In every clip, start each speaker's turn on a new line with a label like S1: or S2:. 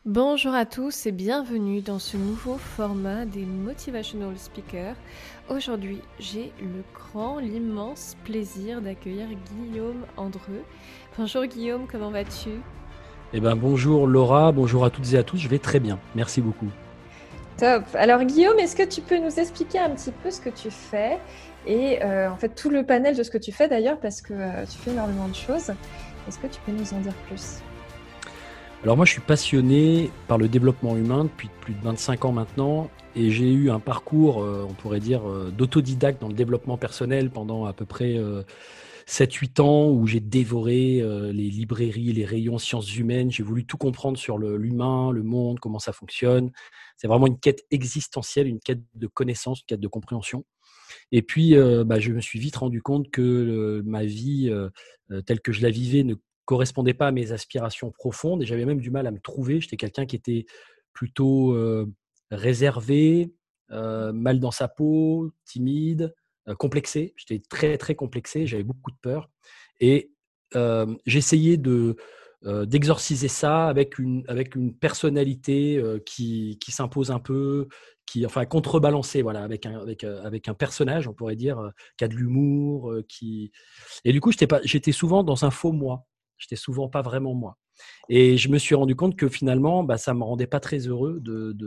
S1: Bonjour à tous et bienvenue dans ce nouveau format des Motivational Speakers. Aujourd'hui, j'ai le grand, l'immense plaisir d'accueillir Guillaume Andreu. Bonjour Guillaume, comment vas-tu?
S2: Bonjour Laura, bonjour à toutes et à tous, je vais très bien, merci beaucoup.
S1: Top. Alors Guillaume, est-ce que tu peux nous expliquer un petit peu ce que tu fais et en fait tout le panel de ce que tu fais d'ailleurs parce que tu fais énormément de choses. Est-ce que tu peux nous en dire plus?
S2: Alors moi je suis passionné par le développement humain depuis plus de 25 ans maintenant et j'ai eu un parcours, on pourrait dire, d'autodidacte dans le développement personnel pendant à peu près 7-8 ans où j'ai dévoré les librairies, les rayons sciences humaines, j'ai voulu tout comprendre sur l'humain, le monde, comment ça fonctionne. C'est vraiment une quête existentielle, une quête de connaissance, une quête de compréhension. Et puis, je me suis vite rendu compte que ma vie, telle que je la vivais, ne correspondait pas à mes aspirations profondes et j'avais même du mal à me trouver. J'étais quelqu'un qui était plutôt réservé, mal dans sa peau, timide, complexé. J'étais très, très complexé, j'avais beaucoup de peur et j'essayais d'exorciser ça avec une personnalité qui s'impose un peu, enfin contrebalancer, voilà, avec un personnage, on pourrait dire, qui a de l'humour, qui et du coup, j'étais souvent dans un faux moi. J'étais souvent pas vraiment moi. Et je me suis rendu compte que finalement, ça me rendait pas très heureux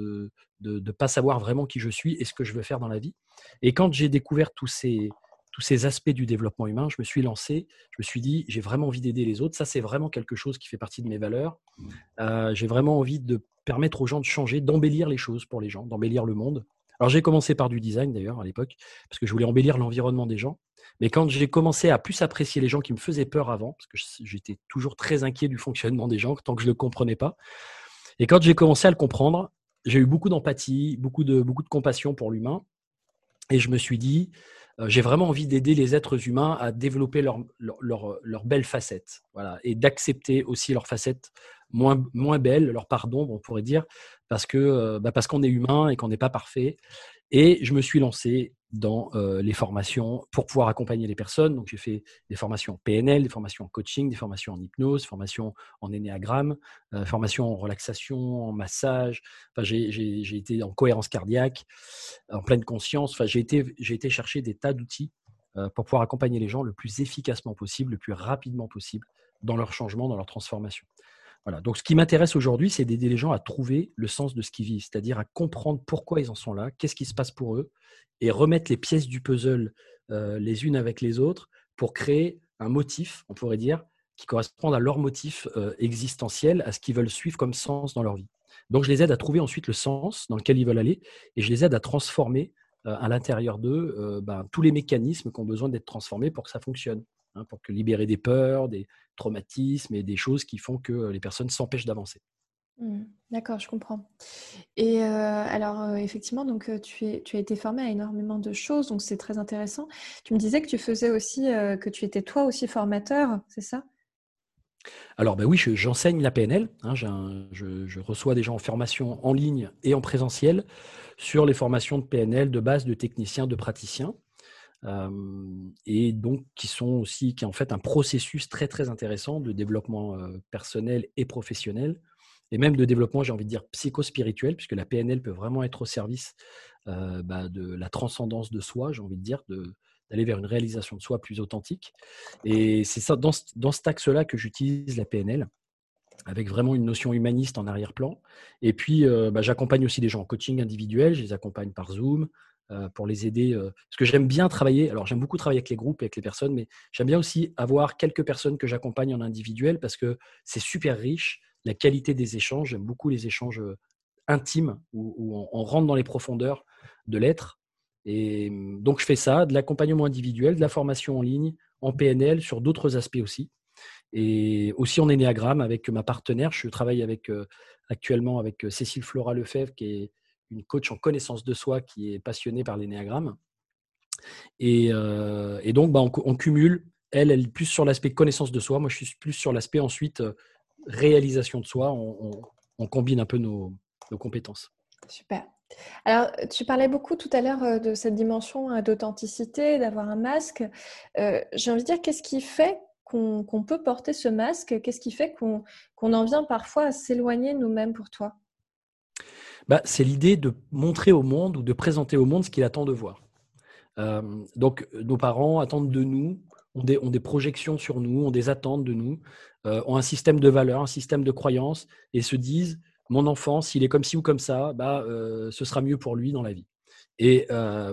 S2: de pas savoir vraiment qui je suis et ce que je veux faire dans la vie. Et quand j'ai découvert tous ces aspects du développement humain, je me suis lancé. Je me suis dit: «J'ai vraiment envie d'aider les autres». Ça, c'est vraiment quelque chose qui fait partie de mes valeurs. J'ai vraiment envie de permettre aux gens de changer, d'embellir les choses pour les gens, d'embellir le monde. Alors j'ai commencé par du design d'ailleurs à l'époque, parce que je voulais embellir l'environnement des gens. Mais quand j'ai commencé à plus apprécier les gens qui me faisaient peur avant, parce que j'étais toujours très inquiet du fonctionnement des gens tant que je ne le comprenais pas. Et quand j'ai commencé à le comprendre, j'ai eu beaucoup d'empathie, beaucoup de compassion pour l'humain. Et je me suis dit, j'ai vraiment envie d'aider les êtres humains à développer leurs belles facettes, voilà, et d'accepter aussi leurs facettes moins belles, leurs parts d'ombre, on pourrait dire, parce qu'on est humain et qu'on n'est pas parfait. Et je me suis lancé dans les formations pour pouvoir accompagner les personnes. Donc, j'ai fait des formations en PNL, des formations en coaching, des formations en hypnose, formations en énéagramme, formations en relaxation, en massage. Enfin, j'ai été en cohérence cardiaque, en pleine conscience. Enfin, j'ai été chercher des tas d'outils pour pouvoir accompagner les gens le plus efficacement possible, le plus rapidement possible dans leur changement, dans leur transformation. Voilà. Donc, ce qui m'intéresse aujourd'hui, c'est d'aider les gens à trouver le sens de ce qu'ils vivent, c'est-à-dire à comprendre pourquoi ils en sont là, qu'est-ce qui se passe pour eux, et remettre les pièces du puzzle les unes avec les autres pour créer un motif, on pourrait dire, qui corresponde à leur motif existentiel, à ce qu'ils veulent suivre comme sens dans leur vie. Donc, je les aide à trouver ensuite le sens dans lequel ils veulent aller, et je les aide à transformer à l'intérieur d'eux tous les mécanismes qui ont besoin d'être transformés pour que ça fonctionne, hein, pour que libérer des peurs, des traumatismes et des choses qui font que les personnes s'empêchent d'avancer.
S1: Mmh. D'accord, je comprends. Et alors, effectivement, donc tu as été formé à énormément de choses, donc c'est très intéressant. Tu me disais que tu faisais aussi, que tu étais toi aussi formateur, c'est ça?
S2: Alors oui, j'enseigne la PNL, hein, je reçois des gens en formation en ligne et en présentiel sur les formations de PNL de base de techniciens, de praticiens, et donc qui est en fait un processus très, très intéressant de développement personnel et professionnel, et même de développement, j'ai envie de dire, psycho-spirituel, puisque la PNL peut vraiment être au service de la transcendance de soi, j'ai envie de dire, d'aller vers une réalisation de soi plus authentique. Et c'est ça, dans cet axe-là que j'utilise la PNL, avec vraiment une notion humaniste en arrière-plan. Et puis, j'accompagne aussi des gens en coaching individuel, je les accompagne par Zoom pour les aider. Parce que j'aime bien travailler, alors j'aime beaucoup travailler avec les groupes, avec les personnes, mais j'aime bien aussi avoir quelques personnes que j'accompagne en individuel parce que c'est super riche, la qualité des échanges. J'aime beaucoup les échanges intimes où on rentre dans les profondeurs de l'être. Et donc, je fais ça, de l'accompagnement individuel, de la formation en ligne, en PNL, sur d'autres aspects aussi. Et aussi en énéagramme avec ma partenaire. Je travaille actuellement avec Cécile Flora Lefebvre, qui est une coach en connaissance de soi, qui est passionnée par l'énéagramme. Et donc, on cumule. Elle est plus sur l'aspect connaissance de soi. Moi, je suis plus sur l'aspect ensuite réalisation de soi. On combine un peu nos compétences.
S1: Super. Alors, tu parlais beaucoup tout à l'heure, de cette dimension, d'authenticité, d'avoir un masque. J'ai envie de dire, qu'est-ce qui fait qu'on peut porter ce masque? Qu'est-ce qui fait qu'on en vient parfois à s'éloigner de nous-mêmes pour toi?
S2: C'est l'idée de montrer au monde ou de présenter au monde ce qu'il attend de voir. Donc, nos parents attendent de nous, ont des projections sur nous, ont des attentes de nous, ont un système de valeurs, un système de croyances et se disent: «Mon enfant, s'il est comme ci ou comme ça, ce sera mieux pour lui dans la vie». Et,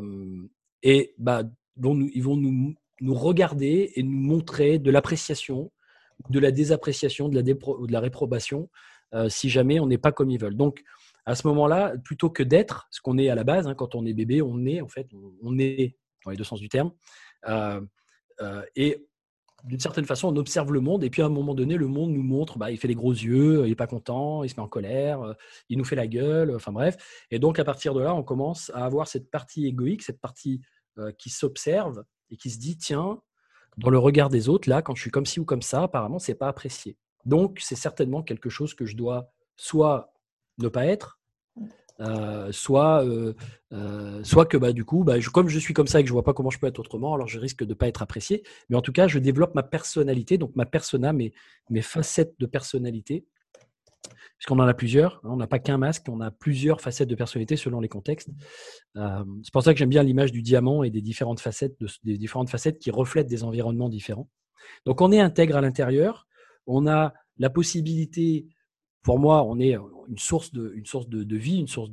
S2: ils vont nous regarder et nous montrer de l'appréciation, de la désappréciation, ou de la réprobation, si jamais on n'est pas comme ils veulent. Donc, à ce moment-là, plutôt que d'être ce qu'on est à la base, hein, quand on est bébé, on est en fait, on est dans les deux sens du terme. Euh, et d'une certaine façon, on observe le monde, et puis à un moment donné, le monde nous montre, il fait les gros yeux, il n'est pas content, il se met en colère, il nous fait la gueule, enfin bref. Et donc, à partir de là, on commence à avoir cette partie égoïque, cette partie qui s'observe et qui se dit, tiens, dans le regard des autres, là, quand je suis comme ci ou comme ça, apparemment, c'est pas apprécié. Donc, c'est certainement quelque chose que je dois soit ne pas être, soit que du coup, comme je suis comme ça et que je vois pas comment je peux être autrement, alors je risque de pas être apprécié. Mais en tout cas, je développe ma personnalité, donc ma persona, mes facettes de personnalité, puisqu'on en a plusieurs. Hein, on n'a pas qu'un masque, on a plusieurs facettes de personnalité selon les contextes. C'est pour ça que j'aime bien l'image du diamant et des différentes facettes, qui reflètent des environnements différents. Donc, on est intègre à l'intérieur. On a la possibilité, pour moi, on est une source de vie, une source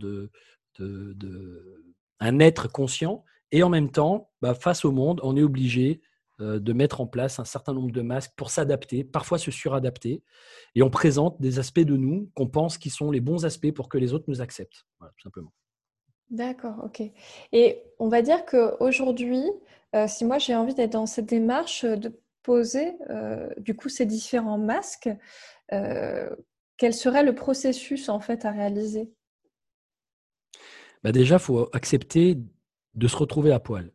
S2: un être conscient. Et en même temps, face au monde, on est obligé de mettre en place un certain nombre de masques pour s'adapter, parfois se suradapter. Et on présente des aspects de nous qu'on pense qui sont les bons aspects pour que les autres nous acceptent. Voilà, tout simplement.
S1: D'accord, ok. Et on va dire qu'aujourd'hui, si moi j'ai envie d'être dans cette démarche de poser du coup ces différents masques, quel serait le processus en fait à réaliser?
S2: Déjà, il faut accepter de se retrouver à poil.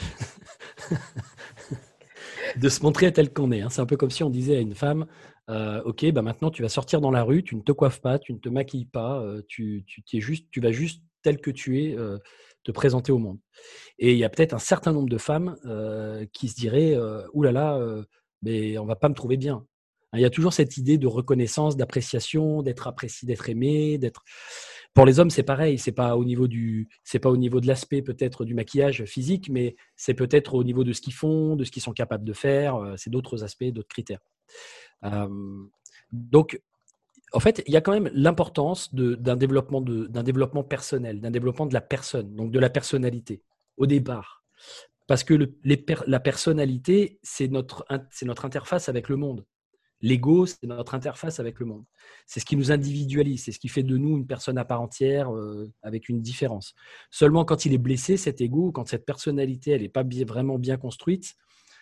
S2: De se montrer tel qu'on est. Hein. C'est un peu comme si on disait à une femme, ok, maintenant tu vas sortir dans la rue, tu ne te coiffes pas, tu ne te maquilles pas, tu vas juste tel que tu es te présenter au monde. Et il y a peut-être un certain nombre de femmes qui se diraient, ouh là là, mais on va pas me trouver bien. Hein, il y a toujours cette idée de reconnaissance, d'appréciation, d'être apprécié, d'être aimé, d'être. Pour les hommes, c'est pareil. C'est pas au niveau de l'aspect peut-être du maquillage physique, mais c'est peut-être au niveau de ce qu'ils font, de ce qu'ils sont capables de faire. C'est d'autres aspects, d'autres critères. Donc, en fait, il y a quand même l'importance d'un développement personnel, d'un développement de la personne, donc de la personnalité au départ. Parce que la personnalité, c'est notre interface avec le monde. L'ego, c'est notre interface avec le monde. C'est ce qui nous individualise, c'est ce qui fait de nous une personne à part entière avec une différence. Seulement quand il est blessé, cet ego, quand cette personnalité, elle n'est pas vraiment bien construite,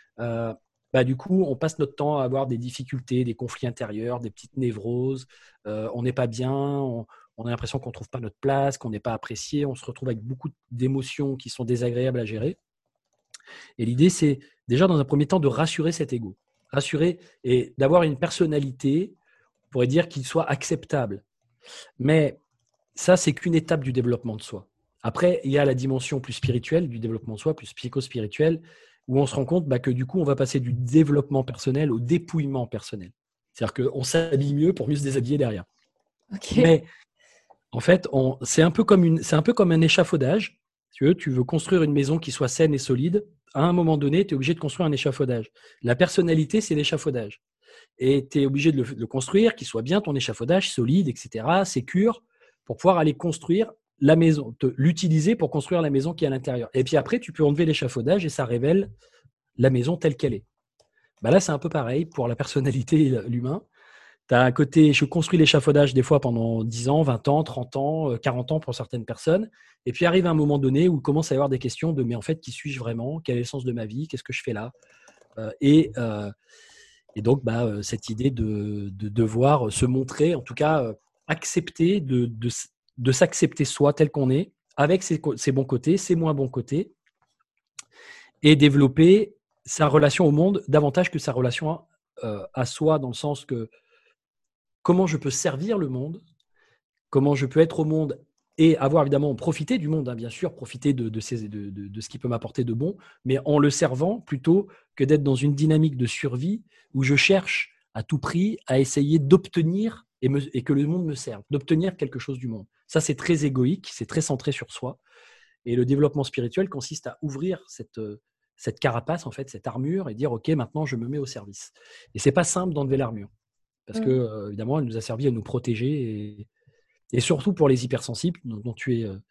S2: du coup, on passe notre temps à avoir des difficultés, des conflits intérieurs, des petites névroses. On n'est pas bien, on a l'impression qu'on ne trouve pas notre place, qu'on n'est pas apprécié. On se retrouve avec beaucoup d'émotions qui sont désagréables à gérer. Et l'idée, c'est déjà dans un premier temps de rassurer cet ego. Rassurer et d'avoir une personnalité, on pourrait dire qu'il soit acceptable. Mais ça, c'est qu'une étape du développement de soi. Après, il y a la dimension plus spirituelle du développement de soi, plus psychospirituelle, où on se rend compte que du coup, on va passer du développement personnel au dépouillement personnel. C'est-à-dire qu'on s'habille mieux pour mieux se déshabiller derrière.
S1: Okay.
S2: Mais en fait, c'est un peu comme un échafaudage. Tu veux construire une maison qui soit saine et solide. À un moment donné, tu es obligé de construire un échafaudage. La personnalité, c'est l'échafaudage. Et tu es obligé de le construire, qu'il soit bien ton échafaudage, solide, etc., sécure, pour pouvoir aller construire la maison, l'utiliser pour construire la maison qui est à l'intérieur. Et puis après, tu peux enlever l'échafaudage et ça révèle la maison telle qu'elle est. Là, c'est un peu pareil pour la personnalité et l'humain. Tu as un côté, je construis l'échafaudage des fois pendant 10 ans, 20 ans, 30 ans, 40 ans pour certaines personnes. Et puis arrive un moment donné où il commence à y avoir des questions de mais en fait, qui suis-je vraiment? Quel est le sens de ma vie? Qu'est-ce que je fais là? Et donc, cette idée de devoir se montrer, en tout cas, accepter de s'accepter soi tel qu'on est, avec ses bons côtés, ses moins bons côtés, et développer sa relation au monde davantage que sa relation à soi, dans le sens que comment je peux servir le monde, comment je peux être au monde et avoir évidemment profité du monde, hein, bien sûr, profiter de ce qui peut m'apporter de bon, mais en le servant plutôt que d'être dans une dynamique de survie où je cherche à tout prix à essayer d'obtenir et que le monde me serve, d'obtenir quelque chose du monde. Ça, c'est très égoïque, c'est très centré sur soi. Et le développement spirituel consiste à ouvrir cette carapace, en fait, cette armure, et dire, OK, maintenant, je me mets au service. Et c'est pas simple d'enlever l'armure, parce que, évidemment, elle nous a servi à nous protéger, et surtout pour les hypersensibles, dont tu es,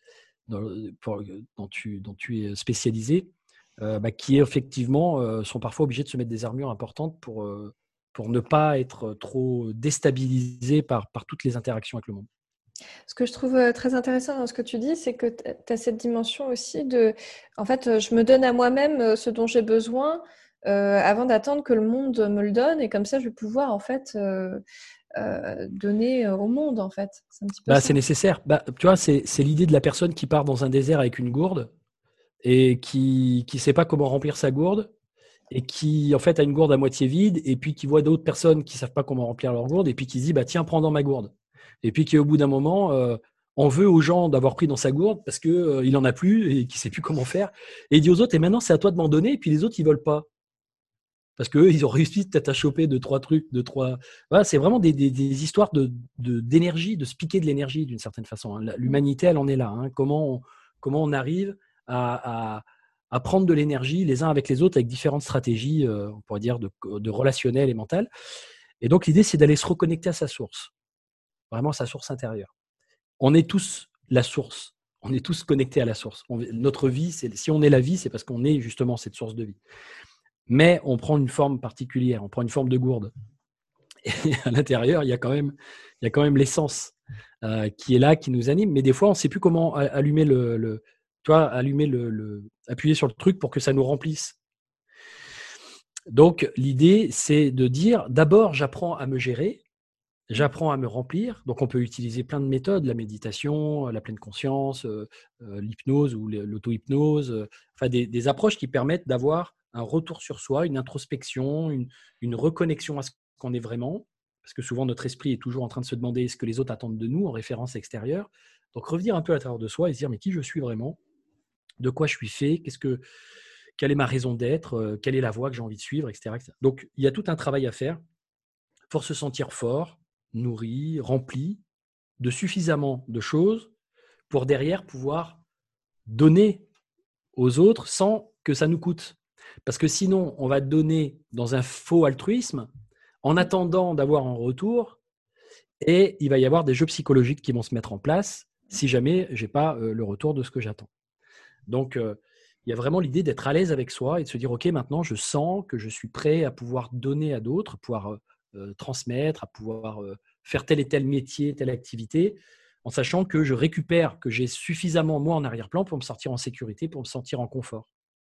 S2: dont tu es spécialisé, qui effectivement sont parfois obligés de se mettre des armures importantes pour ne pas être trop déstabilisés par toutes les interactions avec le monde.
S1: Ce que je trouve très intéressant dans ce que tu dis, c'est que tu as cette dimension aussi de, en fait, je me donne à moi-même ce dont j'ai besoin avant d'attendre que le monde me le donne, et comme ça, je vais pouvoir en fait donner au monde, en fait. C'est un petit peu ça.
S2: C'est nécessaire. Tu vois, c'est l'idée de la personne qui part dans un désert avec une gourde et qui sait pas comment remplir sa gourde, et qui en fait a une gourde à moitié vide, et puis qui voit d'autres personnes qui savent pas comment remplir leur gourde, et puis qui se dit tiens, prends dans ma gourde, et puis qui au bout d'un moment en veut aux gens d'avoir pris dans sa gourde parce que il en a plus et qui sait plus comment faire, et il dit aux autres, et maintenant c'est à toi de m'en donner, et puis les autres ils veulent pas parce qu'eux ils ont réussi peut-être à choper deux trois trucs, voilà, c'est vraiment des histoires d'énergie, de se piquer de l'énergie d'une certaine façon, hein. L'humanité elle en est là, hein. Comment on arrive à prendre de l'énergie les uns avec les autres avec différentes stratégies, on pourrait dire de relationnel et mental. Et donc l'idée c'est d'aller se reconnecter à sa source, vraiment sa source intérieure. On est tous la source, on est tous connectés à la source. Notre vie, si on est la vie, c'est parce qu'on est justement cette source de vie. Mais on prend une forme particulière, on prend une forme de gourde. Et à l'intérieur, il y a quand même l'essence qui est là, qui nous anime. Mais des fois, on ne sait plus comment allumer appuyer sur le truc pour que ça nous remplisse. Donc, l'idée, c'est de dire, d'abord, j'apprends à me gérer, j'apprends à me remplir. Donc, on peut utiliser plein de méthodes, la méditation, la pleine conscience, l'hypnose ou l'auto-hypnose, enfin des approches qui permettent d'avoir un retour sur soi, une introspection, une reconnexion à ce qu'on est vraiment, parce que souvent notre esprit est toujours en train de se demander ce que les autres attendent de nous en référence extérieure. Donc, revenir un peu à l'intérieur de soi et se dire, mais qui je suis vraiment ? De quoi je suis fait ? Quelle est ma raison d'être ? Quelle est la voie que j'ai envie de suivre, etc., etc. Donc, il y a tout un travail à faire pour se sentir fort, nourri, rempli de suffisamment de choses pour derrière pouvoir donner aux autres sans que ça nous coûte. Parce que sinon, on va donner dans un faux altruisme en attendant d'avoir un retour, et il va y avoir des jeux psychologiques qui vont se mettre en place si jamais je n'ai pas le retour de ce que j'attends. Donc, il y a vraiment l'idée d'être à l'aise avec soi et de se dire, OK, maintenant, je sens que je suis prêt à pouvoir donner à d'autres, à pouvoir transmettre, à pouvoir faire tel et tel métier, telle activité, en sachant que je récupère, que j'ai suffisamment moi en arrière-plan pour me sentir en sécurité, pour me sentir en confort.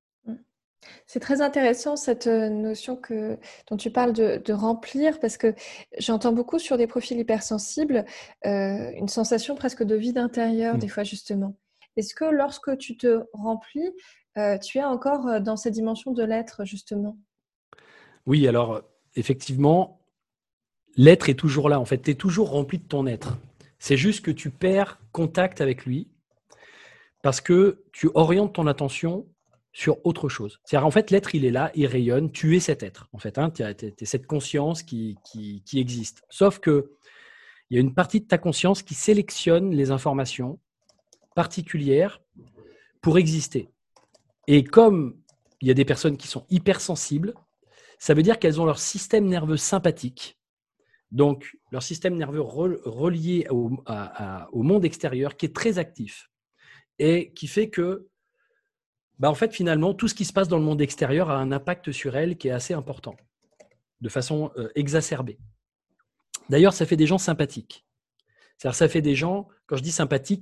S1: C'est très intéressant cette notion dont tu parles de remplir, parce que j'entends beaucoup sur des profils hypersensibles une sensation presque de vide intérieur des fois, justement. Est-ce que lorsque tu te remplis, tu es encore dans cette dimension de l'être, justement ?
S2: Oui, alors effectivement, l'être est toujours là. En fait, tu es toujours rempli de ton être. C'est juste que tu perds contact avec lui parce que tu orientes ton attention sur autre chose. C'est-à-dire, en fait, l'être, il est là, il rayonne, tu es cet être. En fait, hein, tu es cette conscience qui existe. Sauf que il y a une partie de ta conscience qui sélectionne les informations particulières pour exister. Et comme il y a des personnes qui sont hypersensibles, ça veut dire qu'elles ont leur système nerveux sympathique, donc leur système nerveux relié au monde extérieur, qui est très actif et qui fait que, en fait, finalement, tout ce qui se passe dans le monde extérieur a un impact sur elles qui est assez important, de façon exacerbée. D'ailleurs, ça fait des gens sympathiques. C'est-à-dire, ça fait des gens, quand je dis sympathiques,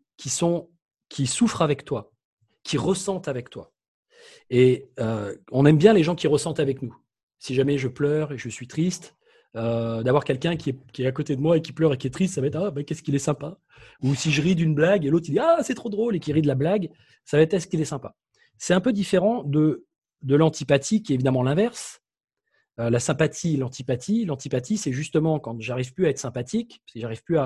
S2: qui souffrent avec toi, qui ressentent avec toi. Et on aime bien les gens qui ressentent avec nous. Si jamais je pleure et je suis triste, d'avoir quelqu'un qui est à côté de moi et qui pleure et qui est triste, ça va être qu'est-ce qu'il est sympa. Ou si je ris d'une blague et l'autre il dit c'est trop drôle et qui rit de la blague, ça va être est-ce qu'il est sympa. C'est un peu différent de l'antipathie qui est évidemment l'inverse. La sympathie, l'antipathie. L'antipathie, c'est justement quand j'arrive plus à être sympathique, si j'arrive plus à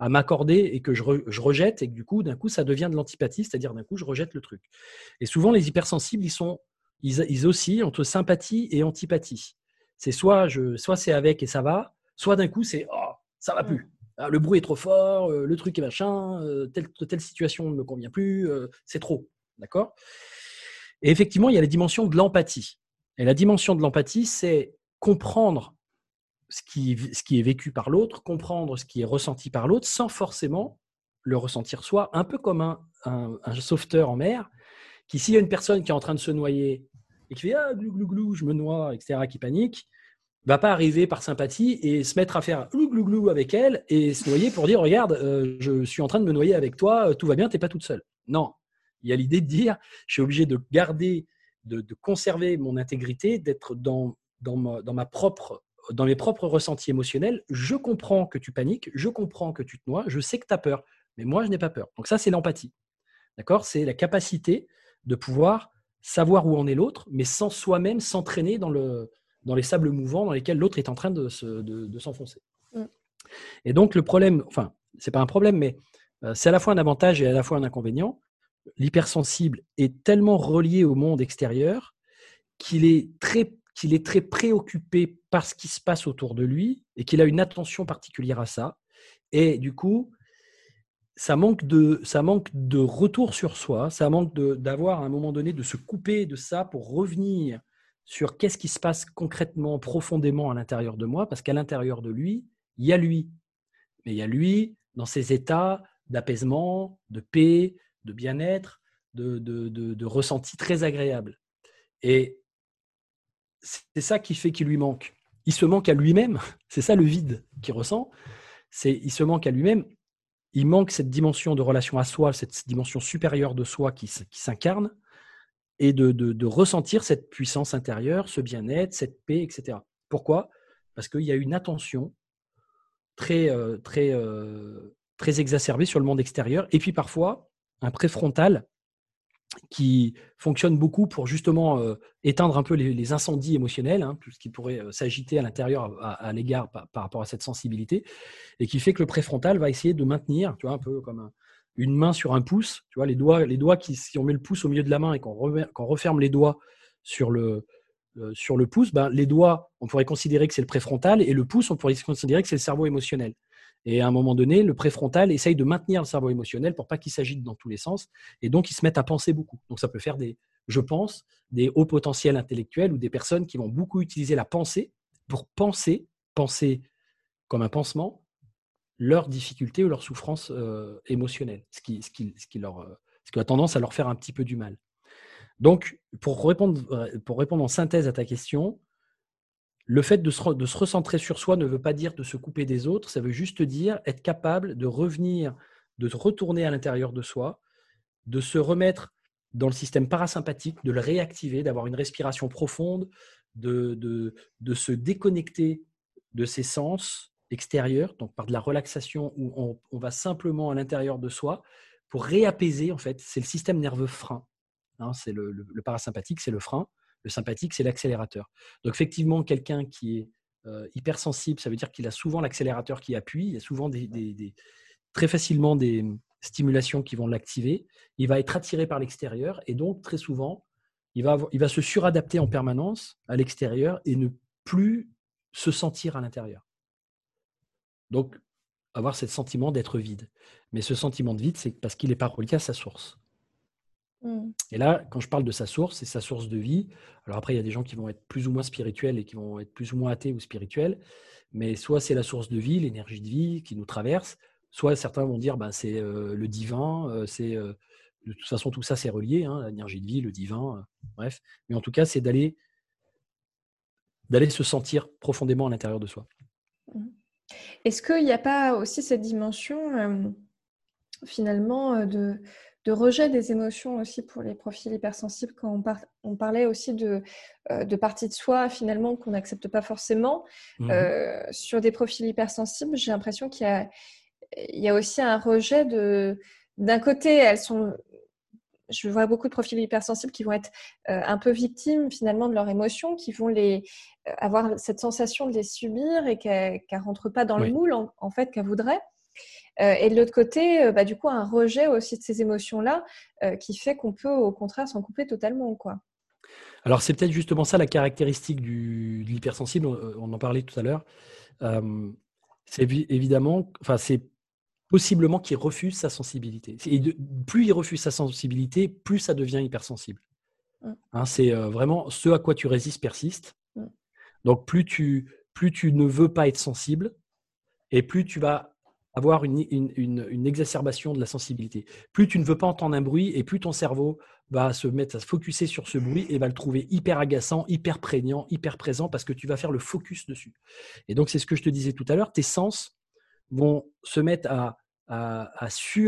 S2: à m'accorder et que je rejette, et que du coup, d'un coup, ça devient de l'antipathie, c'est-à-dire d'un coup, je rejette le truc. Et souvent, les hypersensibles, ils oscillent entre sympathie et antipathie. C'est soit c'est avec et ça va, soit d'un coup, c'est oh, ça va plus. Ah, le bruit est trop fort, le truc est machin, telle situation ne me convient plus, c'est trop. D'accord ? Et effectivement, il y a la dimension de l'empathie. Et la dimension de l'empathie, c'est comprendre ce qui est vécu par l'autre, comprendre ce qui est ressenti par l'autre, sans forcément le ressentir soi, un peu comme un sauveteur en mer, qui, s'il y a une personne qui est en train de se noyer et qui fait ah, glou, glou, glou, je me noie, etc., qui panique, va pas arriver par sympathie et se mettre à faire glou, glou, glou avec elle et se noyer pour dire regarde, je suis en train de me noyer avec toi, tout va bien, t'es pas toute seule. Non, il y a l'idée de dire je suis obligé de garder, de conserver mon intégrité, d'être dans mes propres ressentis émotionnels. Je comprends que tu paniques, je comprends que tu te noies, je sais que tu as peur, mais moi je n'ai pas peur. Donc ça, c'est l'empathie. D'accord ? C'est la capacité de pouvoir savoir où en est l'autre, mais sans soi-même s'entraîner dans les sables mouvants dans lesquels l'autre est en train de s'enfoncer. Et donc, le problème, enfin, ce n'est pas un problème, mais c'est à la fois un avantage et à la fois un inconvénient. L'hypersensible est tellement relié au monde extérieur qu'il est très préoccupé par ce qui se passe autour de lui et qu'il a une attention particulière à ça. Et du coup, ça manque de retour sur soi, ça manque d'avoir à un moment donné de se couper de ça pour revenir sur qu'est-ce qui se passe concrètement, profondément à l'intérieur de moi, parce qu'à l'intérieur de lui, il y a lui. Mais il y a lui dans ses états d'apaisement, de paix, de bien-être, de ressenti très agréable. Et c'est ça qui fait qu'il lui manque. Il se manque à lui-même, c'est ça le vide qu'il ressent, il se manque à lui-même. Il manque cette dimension de relation à soi, cette dimension supérieure de soi qui s'incarne, et de ressentir cette puissance intérieure, ce bien-être, cette paix, etc. Pourquoi ? Parce qu'il y a une attention très exacerbée sur le monde extérieur, et puis parfois un préfrontal qui fonctionne beaucoup pour justement éteindre un peu les incendies émotionnels, hein, tout ce qui pourrait s'agiter à l'intérieur à l'égard par rapport à cette sensibilité, et qui fait que le préfrontal va essayer de maintenir, tu vois, un peu comme une main sur un pouce, tu vois, les doigts qui, si on met le pouce au milieu de la main et qu'on referme les doigts sur le pouce, ben, les doigts, on pourrait considérer que c'est le préfrontal, et le pouce, on pourrait considérer que c'est le cerveau émotionnel. Et à un moment donné, le préfrontal essaye de maintenir le cerveau émotionnel pour pas qu'il s'agite dans tous les sens, et donc ils se mettent à penser beaucoup. Donc ça peut faire je pense, des hauts potentiels intellectuels ou des personnes qui vont beaucoup utiliser la pensée pour penser comme un pansement, leurs difficultés ou leurs souffrances émotionnelles, ce qui a tendance à leur faire un petit peu du mal. Donc, pour répondre en synthèse à ta question, le fait de se recentrer sur soi ne veut pas dire de se couper des autres, ça veut juste dire être capable de revenir, de retourner à l'intérieur de soi, de se remettre dans le système parasympathique, de le réactiver, d'avoir une respiration profonde, de se déconnecter de ses sens extérieurs, donc par de la relaxation où on va simplement à l'intérieur de soi pour réapaiser, en fait. C'est le système nerveux frein. Hein, c'est le parasympathique, c'est le frein. Le sympathique, c'est l'accélérateur. Donc, effectivement, quelqu'un qui est hypersensible, ça veut dire qu'il a souvent l'accélérateur qui appuie. Il y a souvent très facilement des stimulations qui vont l'activer. Il va être attiré par l'extérieur et donc, très souvent, il va se suradapter en permanence à l'extérieur et ne plus se sentir à l'intérieur. Donc, avoir ce sentiment d'être vide. Mais ce sentiment de vide, c'est parce qu'il n'est pas relié à sa source. Et là, quand je parle de sa source, c'est sa source de vie. Alors après, il y a des gens qui vont être plus ou moins spirituels et qui vont être plus ou moins athées ou spirituels. Mais soit c'est la source de vie, l'énergie de vie qui nous traverse, soit certains vont dire c'est le divin, de toute façon tout ça c'est relié, hein, l'énergie de vie, le divin, bref. Mais en tout cas, c'est d'aller se sentir profondément à l'intérieur de soi.
S1: Est-ce qu'il n'y a pas aussi cette dimension finalement de rejet des émotions aussi pour les profils hypersensibles, quand on parlait aussi de parties de soi finalement qu'on n'accepte pas forcément. Sur des profils hypersensibles, j'ai l'impression qu'il y a aussi un rejet d'un côté, je vois beaucoup de profils hypersensibles qui vont être un peu victimes finalement de leurs émotions, qui vont avoir cette sensation de les subir et qu'elles ne rentrent pas dans le moule en fait qu'elles voudraient. Et de l'autre côté, du coup, un rejet aussi de ces émotions-là qui fait qu'on peut, au contraire, s'en couper totalement, quoi.
S2: Alors, c'est peut-être justement ça la caractéristique de l'hypersensible, on en parlait tout à l'heure. C'est évidemment, enfin, c'est possiblement qu'il refuse sa sensibilité. Et plus il refuse sa sensibilité, plus ça devient hypersensible.
S1: Mm.
S2: Hein, c'est vraiment ce à quoi tu résistes persiste.
S1: Mm.
S2: Donc, plus tu ne veux pas être sensible, et plus tu vas avoir une exacerbation de la sensibilité. Plus tu ne veux pas entendre un bruit, et plus ton cerveau va se mettre à se focuser sur ce bruit et va le trouver hyper agaçant, hyper prégnant, hyper présent, parce que tu vas faire le focus dessus. Et donc, c'est ce que je te disais tout à l'heure, tes sens vont se mettre à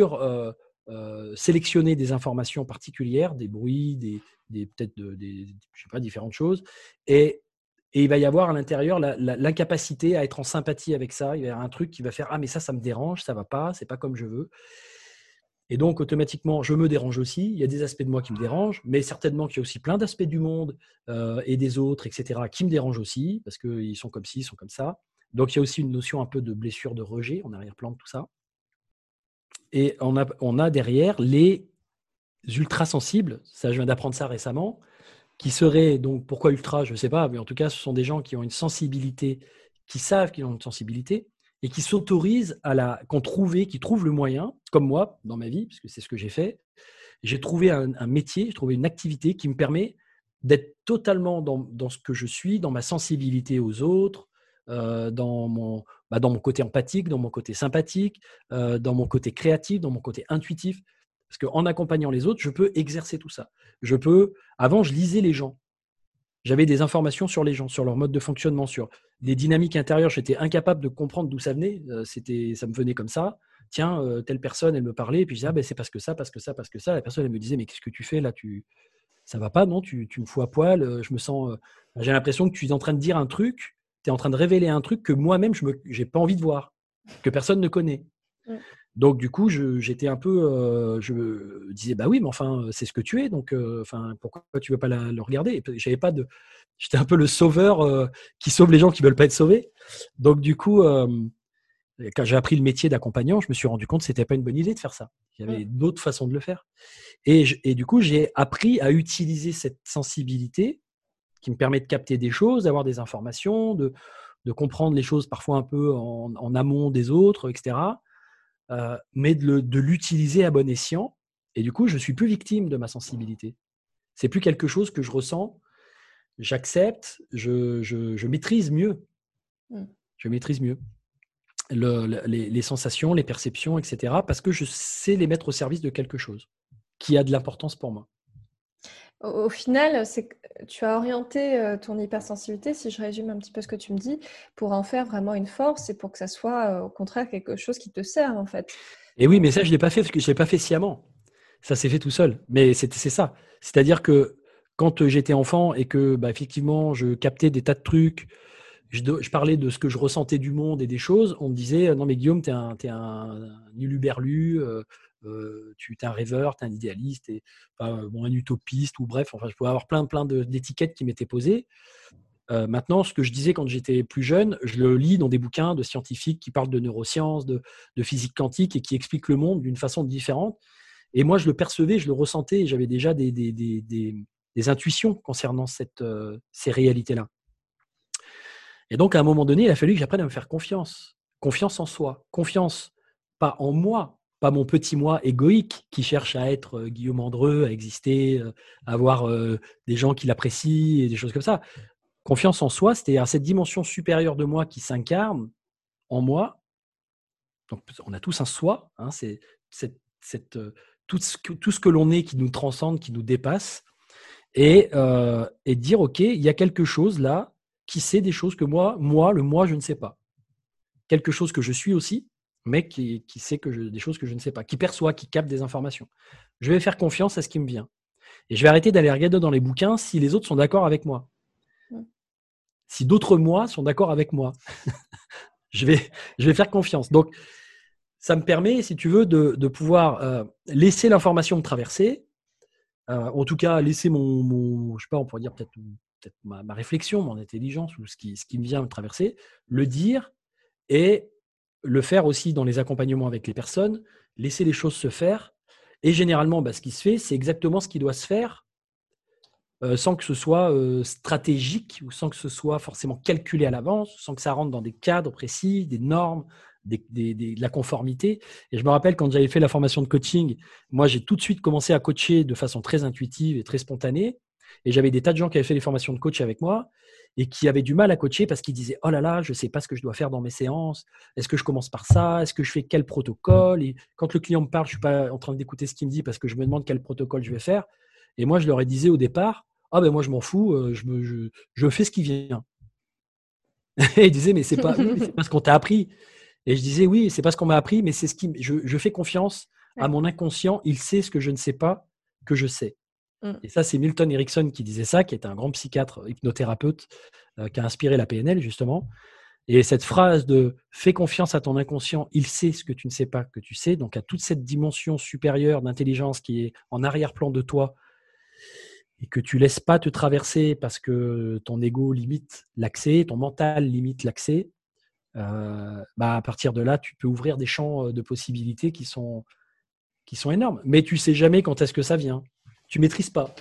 S2: sélectionner des informations particulières, des bruits, peut-être je sais pas, différentes choses, et il va y avoir à l'intérieur l'incapacité à être en sympathie avec ça. Il va y avoir un truc qui va faire « Ah, mais ça me dérange, ça va pas, c'est pas comme je veux ». Et donc, automatiquement, je me dérange aussi. Il y a des aspects de moi qui me dérangent, mais certainement qu'il y a aussi plein d'aspects du monde et des autres, etc., qui me dérangent aussi, parce qu'ils sont comme ci, ils sont comme ça. Donc, il y a aussi une notion un peu de blessure de rejet en arrière-plan de tout ça. Et on a derrière les ultra sensibles, ça je viens d'apprendre ça récemment, qui seraient, donc pourquoi ultra, je ne sais pas, mais en tout cas ce sont des gens qui ont une sensibilité, qui savent qu'ils ont une sensibilité, et qui s'autorisent qui trouvent le moyen, comme moi dans ma vie, puisque c'est ce que j'ai fait, j'ai trouvé un métier, j'ai trouvé une activité qui me permet d'être totalement dans ce que je suis, dans ma sensibilité aux autres, dans mon côté empathique, dans mon côté sympathique, dans mon côté créatif, dans mon côté intuitif. Parce qu'en accompagnant les autres, je peux exercer tout ça. Avant, je lisais les gens. J'avais des informations sur les gens, sur leur mode de fonctionnement, sur les dynamiques intérieures. J'étais incapable de comprendre d'où ça venait. Ça me venait comme ça. Tiens, telle personne, elle me parlait, et puis je disais, ah, ben, c'est parce que ça, parce que ça, parce que ça. La personne, elle me disait, mais qu'est-ce que tu fais là? Ça va pas, non? Tu me fous à poil. Je me sens. J'ai l'impression que tu es en train de dire un truc, tu es en train de révéler un truc que moi-même, je n'ai pas envie de voir, que personne ne connaît.
S1: Mm.
S2: Donc, du coup, j'étais un peu. Je me disais, bah oui, mais enfin, c'est ce que tu es, donc pourquoi tu ne veux pas le regarder? J'avais pas de. J'étais un peu le sauveur qui sauve les gens qui ne veulent pas être sauvés. Donc, du coup, quand j'ai appris le métier d'accompagnant, je me suis rendu compte que ce n'était pas une bonne idée de faire ça. Il y avait d'autres façons de le faire. Et du coup, j'ai appris à utiliser cette sensibilité qui me permet de capter des choses, d'avoir des informations, de comprendre les choses parfois un peu en amont des autres, etc. Mais de l'utiliser à bon escient. Et du coup, je ne suis plus victime de ma sensibilité. C'est plus quelque chose que je ressens, j'accepte, je maîtrise mieux. Je maîtrise mieux les sensations, les perceptions, etc. Parce que je sais les mettre au service de quelque chose qui a de l'importance pour moi.
S1: Au final, tu as orienté ton hypersensibilité, si je résume un petit peu ce que tu me dis, pour en faire vraiment une force et pour que ça soit au contraire quelque chose qui te serve en fait.
S2: Et oui, mais ça, je ne l'ai pas fait parce que je ne l'ai pas fait sciemment. Ça s'est fait tout seul. Mais c'est ça. C'est-à-dire que quand j'étais enfant et que effectivement, je captais des tas de trucs, je parlais de ce que je ressentais du monde et des choses, on me disait « Non mais Guillaume, t'es un uluberlu, tu es un rêveur, tu es un idéaliste, un utopiste, ou bref, enfin, je pouvais avoir plein d'étiquettes qui m'étaient posées. Maintenant, ce que je disais quand j'étais plus jeune, je le lis dans des bouquins de scientifiques qui parlent de neurosciences, de physique quantique et qui expliquent le monde d'une façon différente. Et moi, je le percevais, je le ressentais, et j'avais déjà des intuitions concernant ces réalités-là. Et donc, à un moment donné, il a fallu que j'apprenne à me faire confiance. Confiance en soi. Confiance, pas en moi, pas mon petit moi égoïque qui cherche à être Guillaume Andreu, à exister, à avoir des gens qui l'apprécient et des choses comme ça. Confiance en soi, c'est-à-dire cette dimension supérieure de moi qui s'incarne en moi. Donc, on a tous un soi, hein, c'est tout ce que l'on est qui nous transcende, qui nous dépasse, et dire, OK, il y a quelque chose là qui sait des choses que moi, le moi, je ne sais pas. Quelque chose que je suis aussi, mais qui sait des choses que je ne sais pas, qui perçoit, qui capte des informations. Je vais faire confiance à ce qui me vient. Et je vais arrêter d'aller regarder dans les bouquins si les autres sont d'accord avec moi. Si d'autres moi sont d'accord avec moi. je vais faire confiance. Donc, ça me permet, si tu veux, de pouvoir laisser l'information me traverser, en tout cas, laisser mon je sais pas, on pourrait dire peut-être ma réflexion, mon intelligence, ou ce qui me vient me traverser, le dire, et le faire aussi dans les accompagnements avec les personnes, laisser les choses se faire. Et généralement, ce qui se fait, c'est exactement ce qui doit se faire sans que ce soit stratégique ou sans que ce soit forcément calculé à l'avance, sans que ça rentre dans des cadres précis, des normes, de la conformité. Et je me rappelle quand j'avais fait la formation de coaching, moi j'ai tout de suite commencé à coacher de façon très intuitive et très spontanée. Et j'avais des tas de gens qui avaient fait les formations de coach avec moi et qui avaient du mal à coacher parce qu'ils disaient « Oh là là, je ne sais pas ce que je dois faire dans mes séances. Est-ce que je commence par ça? Est-ce que je fais quel protocole ?» Et quand le client me parle, je ne suis pas en train d'écouter ce qu'il me dit parce que je me demande quel protocole je vais faire. Et moi, je leur ai disais au départ « Ah ben moi, je m'en fous, je fais ce qui vient. » Et ils disaient « Mais c'est pas, oui, mais c'est pas ce qu'on t'a appris. » Et je disais « Oui, c'est pas ce qu'on m'a appris, mais c'est ce qui, je fais confiance à mon inconscient. Il sait ce que je ne sais pas que je sais. » Et ça, c'est Milton Erickson qui disait ça, qui est un grand psychiatre, hypnothérapeute, qui a inspiré la PNL, justement. Et cette phrase de « fais confiance à ton inconscient, il sait ce que tu ne sais pas que tu sais », donc à toute cette dimension supérieure d'intelligence qui est en arrière-plan de toi et que tu laisses pas te traverser parce que ton ego limite l'accès, ton mental limite l'accès, à partir de là, tu peux ouvrir des champs de possibilités qui sont énormes. Mais tu sais jamais quand est-ce que ça vient. Tu maîtrises pas.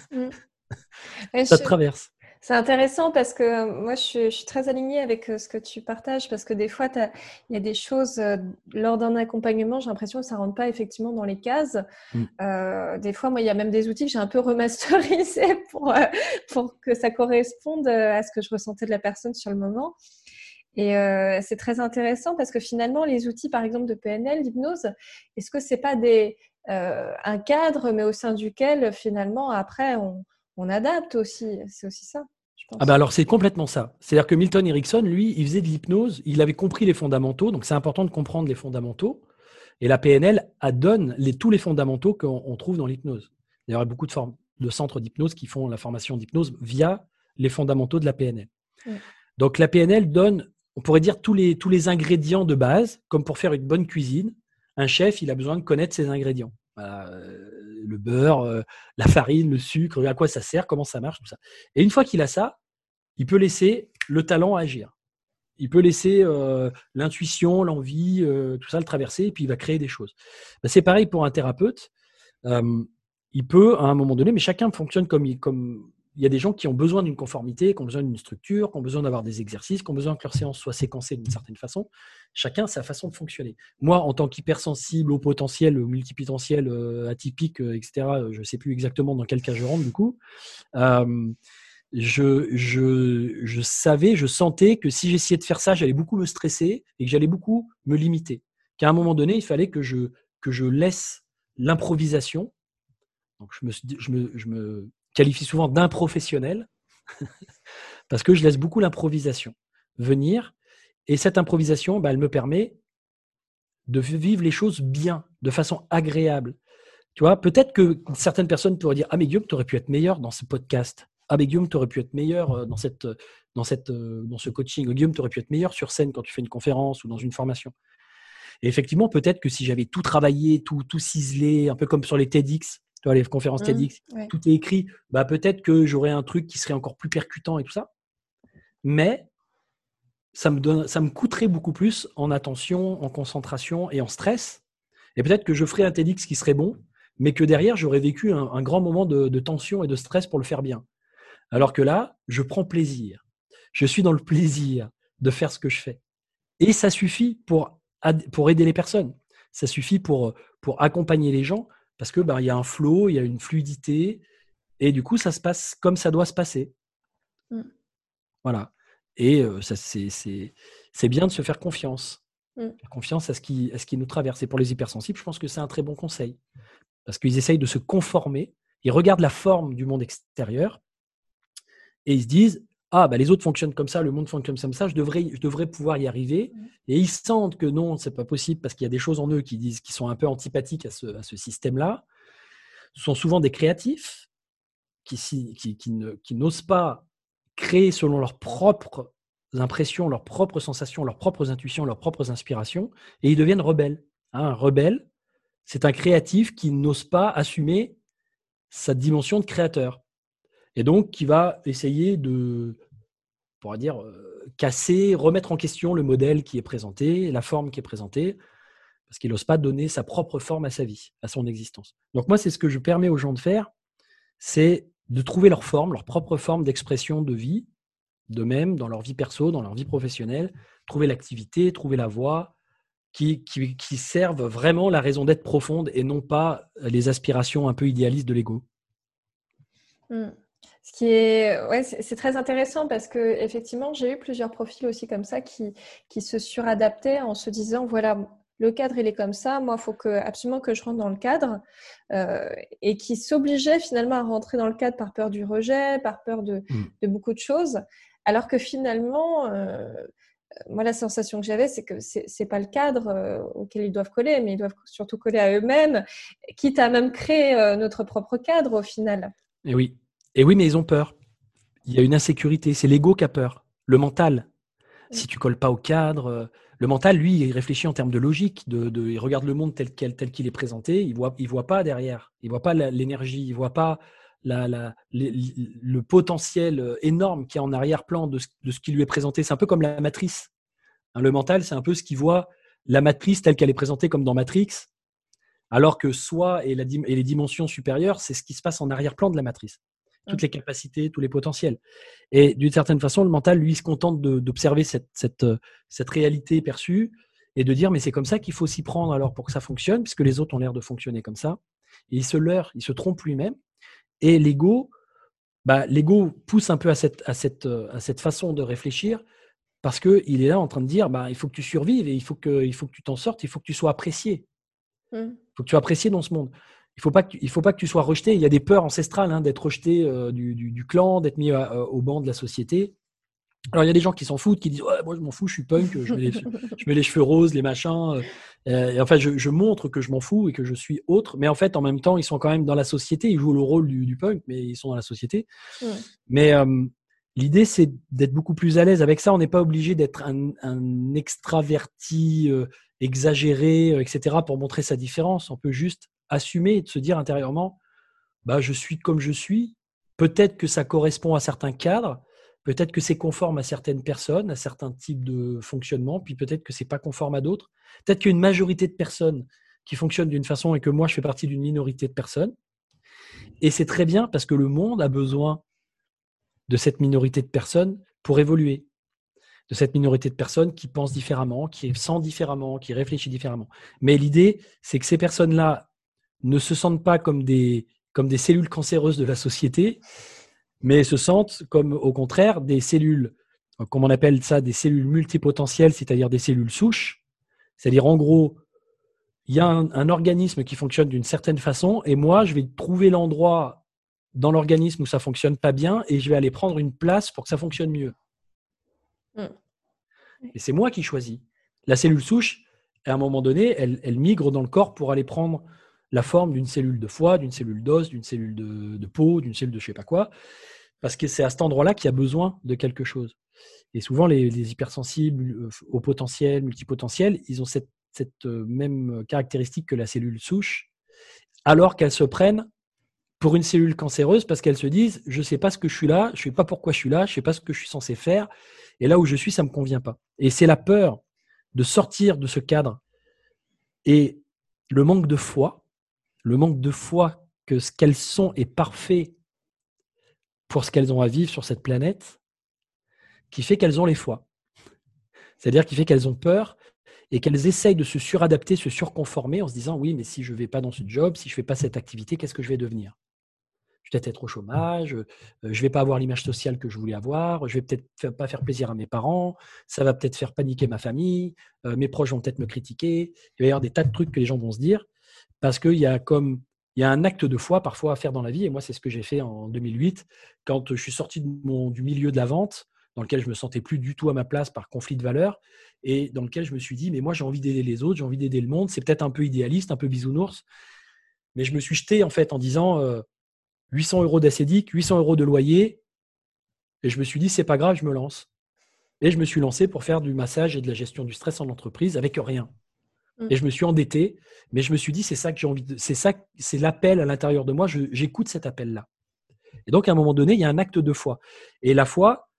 S2: Ça te traverse.
S1: C'est intéressant parce que moi, je suis très alignée avec ce que tu partages parce que des fois, il y a des choses lors d'un accompagnement, j'ai l'impression que ça ne rentre pas effectivement dans les cases. Des fois, moi, il y a même des outils que j'ai un peu remasterisés pour que ça corresponde à ce que je ressentais de la personne sur le moment. Et c'est très intéressant parce que finalement, les outils, par exemple, de PNL, d'hypnose, est-ce que c'est pas un cadre, mais au sein duquel, finalement, après, on adapte aussi. C'est aussi ça, je pense.
S2: Alors, c'est complètement ça. C'est-à-dire que Milton Erickson, lui, il faisait de l'hypnose, il avait compris les fondamentaux, donc c'est important de comprendre les fondamentaux. Et la PNL donne tous les fondamentaux qu'on trouve dans l'hypnose. D'ailleurs, il y a beaucoup de centres d'hypnose qui font la formation d'hypnose via les fondamentaux de la PNL. Donc, la PNL donne, on pourrait dire, tous les ingrédients de base, comme pour faire une bonne cuisine. Un chef, il a besoin de connaître ses ingrédients. Le beurre, la farine, le sucre, à quoi ça sert, comment ça marche, tout ça. Et une fois qu'il a ça, il peut laisser le talent agir. Il peut laisser l'intuition, l'envie, tout ça le traverser, et puis il va créer des choses. C'est pareil pour un thérapeute. Il peut, à un moment donné, mais chacun fonctionne comme il y a des gens qui ont besoin d'une conformité, qui ont besoin d'une structure, qui ont besoin d'avoir des exercices, qui ont besoin que leur séance soit séquencée d'une certaine façon. Chacun a sa façon de fonctionner. Moi, en tant qu'hypersensible, au potentiel, multipotentiel, atypique, etc., je ne sais plus exactement dans quel cas je rentre du coup. Je savais, je sentais que si j'essayais de faire ça, j'allais beaucoup me stresser et que j'allais beaucoup me limiter. Qu'à un moment donné, il fallait que je laisse l'improvisation. Donc, je me qualifie souvent d'improfessionnel parce que je laisse beaucoup l'improvisation venir. Et cette improvisation, elle me permet de vivre les choses bien, de façon agréable. Tu vois, peut-être que certaines personnes pourraient dire « Ah, mais Guillaume, tu aurais pu être meilleur dans ce podcast. Ah, mais Guillaume, tu aurais pu être meilleur dans ce coaching. Guillaume, tu aurais pu être meilleur sur scène quand tu fais une conférence ou dans une formation. » Et effectivement, peut-être que si j'avais tout travaillé, tout ciselé, un peu comme sur les TEDx, tu vois, les conférences TEDx, tout est écrit, peut-être que j'aurais un truc qui serait encore plus percutant et tout ça. Mais ça me coûterait beaucoup plus en attention, en concentration et en stress. Et peut-être que je ferais un TEDx qui serait bon, mais que derrière, j'aurais vécu un grand moment de tension et de stress pour le faire bien. Alors que là, je prends plaisir. Je suis dans le plaisir de faire ce que je fais. Et ça suffit pour aider les personnes. Ça suffit pour accompagner les gens parce que il y a un flow, il y a une fluidité et du coup, ça se passe comme ça doit se passer. Voilà. Et c'est bien de se faire confiance. Faire confiance à ce qui nous traverse. Et pour les hypersensibles, je pense que c'est un très bon conseil. Parce qu'ils essayent de se conformer. Ils regardent la forme du monde extérieur et ils se disent « Ah, les autres fonctionnent comme ça, le monde fonctionne comme ça, je devrais pouvoir y arriver. » Et ils sentent que non, c'est pas possible parce qu'il y a des choses en eux qui sont un peu antipathiques à ce système-là. Ce sont souvent des créatifs qui n'osent pas créer selon leurs propres impressions, leurs propres sensations, leurs propres intuitions, leurs propres inspirations, et ils deviennent rebelles. Un rebelle, c'est un créatif qui n'ose pas assumer sa dimension de créateur. Et donc, qui va essayer de pourrait dire, casser, remettre en question le modèle qui est présenté, la forme qui est présentée, parce qu'il n'ose pas donner sa propre forme à sa vie, à son existence. Donc moi, c'est ce que je permets aux gens de faire, c'est de trouver leur forme, leur propre forme d'expression de vie, d'eux-mêmes, dans leur vie perso, dans leur vie professionnelle, trouver l'activité, trouver la voie qui servent vraiment la raison d'être profonde et non pas les aspirations un peu idéalistes de l'ego.
S1: Ce qui est, ouais, c'est très intéressant parce que effectivement, j'ai eu plusieurs profils aussi comme ça qui se suradaptaient en se disant voilà, le cadre il est comme ça, moi il faut absolument que je rentre dans le cadre et qui s'obligeaient finalement à rentrer dans le cadre par peur du rejet, par peur de beaucoup de choses, alors que finalement moi, la sensation que j'avais, c'est que c'est pas le cadre auquel ils doivent coller, mais ils doivent surtout coller à eux-mêmes, quitte à même créer notre propre cadre au final.
S2: Et oui, mais ils ont peur. Il y a une insécurité. C'est l'ego qui a peur. Le mental. Si tu colles pas au cadre, le mental, lui, il réfléchit en termes de logique. Il regarde le monde tel qu'il est présenté. Il voit pas derrière. Il voit pas l'énergie. Il voit pas le potentiel énorme qu'il y a en arrière-plan de ce qui lui est présenté. C'est un peu comme la matrice. Le mental, c'est un peu ce qui voit la matrice telle qu'elle est présentée comme dans Matrix, alors que soi et les dimensions supérieures, c'est ce qui se passe en arrière-plan de la matrice. Toutes les capacités, tous les potentiels. Et d'une certaine façon, le mental, lui, se contente d'observer cette réalité perçue et de dire, mais c'est comme ça qu'il faut s'y prendre alors pour que ça fonctionne, puisque les autres ont l'air de fonctionner comme ça. Et il se leurre, il se trompe lui-même. Et l'ego pousse un peu à cette façon de réfléchir parce qu'il est là en train de dire, il faut que tu survives et il faut que tu t'en sortes, il faut que tu sois apprécié. Il faut que tu sois apprécié dans ce monde. Il faut pas que tu sois rejeté. Il y a des peurs ancestrales d'être rejeté du clan, d'être mis au banc de la société. Alors, il y a des gens qui s'en foutent, qui disent ouais, moi, je m'en fous, je suis punk, je mets les cheveux roses, les machins. Et enfin, je montre que je m'en fous et que je suis autre. Mais en fait, en même temps, ils sont quand même dans la société. Ils jouent le rôle du punk, mais ils sont dans la société. Mais l'idée, c'est d'être beaucoup plus à l'aise avec ça. On n'est pas obligé d'être un extraverti exagéré, etc., pour montrer sa différence. On peut juste assumer et de se dire intérieurement, je suis comme je suis. Peut-être que ça correspond à certains cadres, peut-être que c'est conforme à certaines personnes, à certains types de fonctionnement, puis peut-être que c'est pas conforme à d'autres. Peut-être qu'il y a une majorité de personnes qui fonctionnent d'une façon et que moi, je fais partie d'une minorité de personnes. Et c'est très bien parce que le monde a besoin de cette minorité de personnes pour évoluer, de cette minorité de personnes qui pensent différemment, qui sentent différemment, qui réfléchissent différemment. Mais l'idée, c'est que ces personnes-là ne se sentent pas comme des cellules cancéreuses de la société, mais se sentent comme, au contraire, des cellules, comme on appelle ça, des cellules multipotentielles, c'est-à-dire des cellules souches. C'est-à-dire, en gros, il y a un organisme qui fonctionne d'une certaine façon, et moi, je vais trouver l'endroit dans l'organisme où ça ne fonctionne pas bien, et je vais aller prendre une place pour que ça fonctionne mieux. Et c'est moi qui choisis. La cellule souche, à un moment donné, elle migre dans le corps pour aller prendre la forme d'une cellule de foie, d'une cellule d'os, d'une cellule de peau, d'une cellule de je ne sais pas quoi, parce que c'est à cet endroit-là qu'il y a besoin de quelque chose. Et souvent, les hypersensibles au potentiel, multipotentiels, ils ont cette même caractéristique que la cellule souche, alors qu'elles se prennent pour une cellule cancéreuse parce qu'elles se disent « je ne sais pas ce que je suis là, je ne sais pas pourquoi je suis là, je ne sais pas ce que je suis censé faire, et là où je suis, ça ne me convient pas ». Et c'est la peur de sortir de ce cadre et le manque de foi que ce qu'elles sont est parfait pour ce qu'elles ont à vivre sur cette planète, qui fait qu'elles ont les foi. C'est-à-dire qui fait qu'elles ont peur et qu'elles essayent de se suradapter, se surconformer en se disant « oui, mais si je ne vais pas dans ce job, si je ne fais pas cette activité, qu'est-ce que je vais devenir ? Je vais peut-être être au chômage, je ne vais pas avoir l'image sociale que je voulais avoir, je ne vais peut-être pas faire plaisir à mes parents, ça va peut-être faire paniquer ma famille, mes proches vont peut-être me critiquer. » Il va y avoir des tas de trucs que les gens vont se dire parce qu'il y a un acte de foi parfois à faire dans la vie. Et moi, c'est ce que j'ai fait en 2008 quand je suis sorti du milieu de la vente, dans lequel je ne me sentais plus du tout à ma place par conflit de valeurs, et dans lequel je me suis dit, mais moi, j'ai envie d'aider les autres, j'ai envie d'aider le monde. C'est peut-être un peu idéaliste, un peu bisounours, mais je me suis jeté en fait en disant 800 € d'acédique, 800 € de loyer, et je me suis dit, c'est pas grave, je me lance. Et je me suis lancé pour faire du massage et de la gestion du stress en entreprise avec rien. Et je me suis endetté, mais je me suis dit, c'est ça que j'ai envie de. C'est l'appel à l'intérieur de moi, j'écoute cet appel-là. Et donc, à un moment donné, il y a un acte de foi. Et la foi,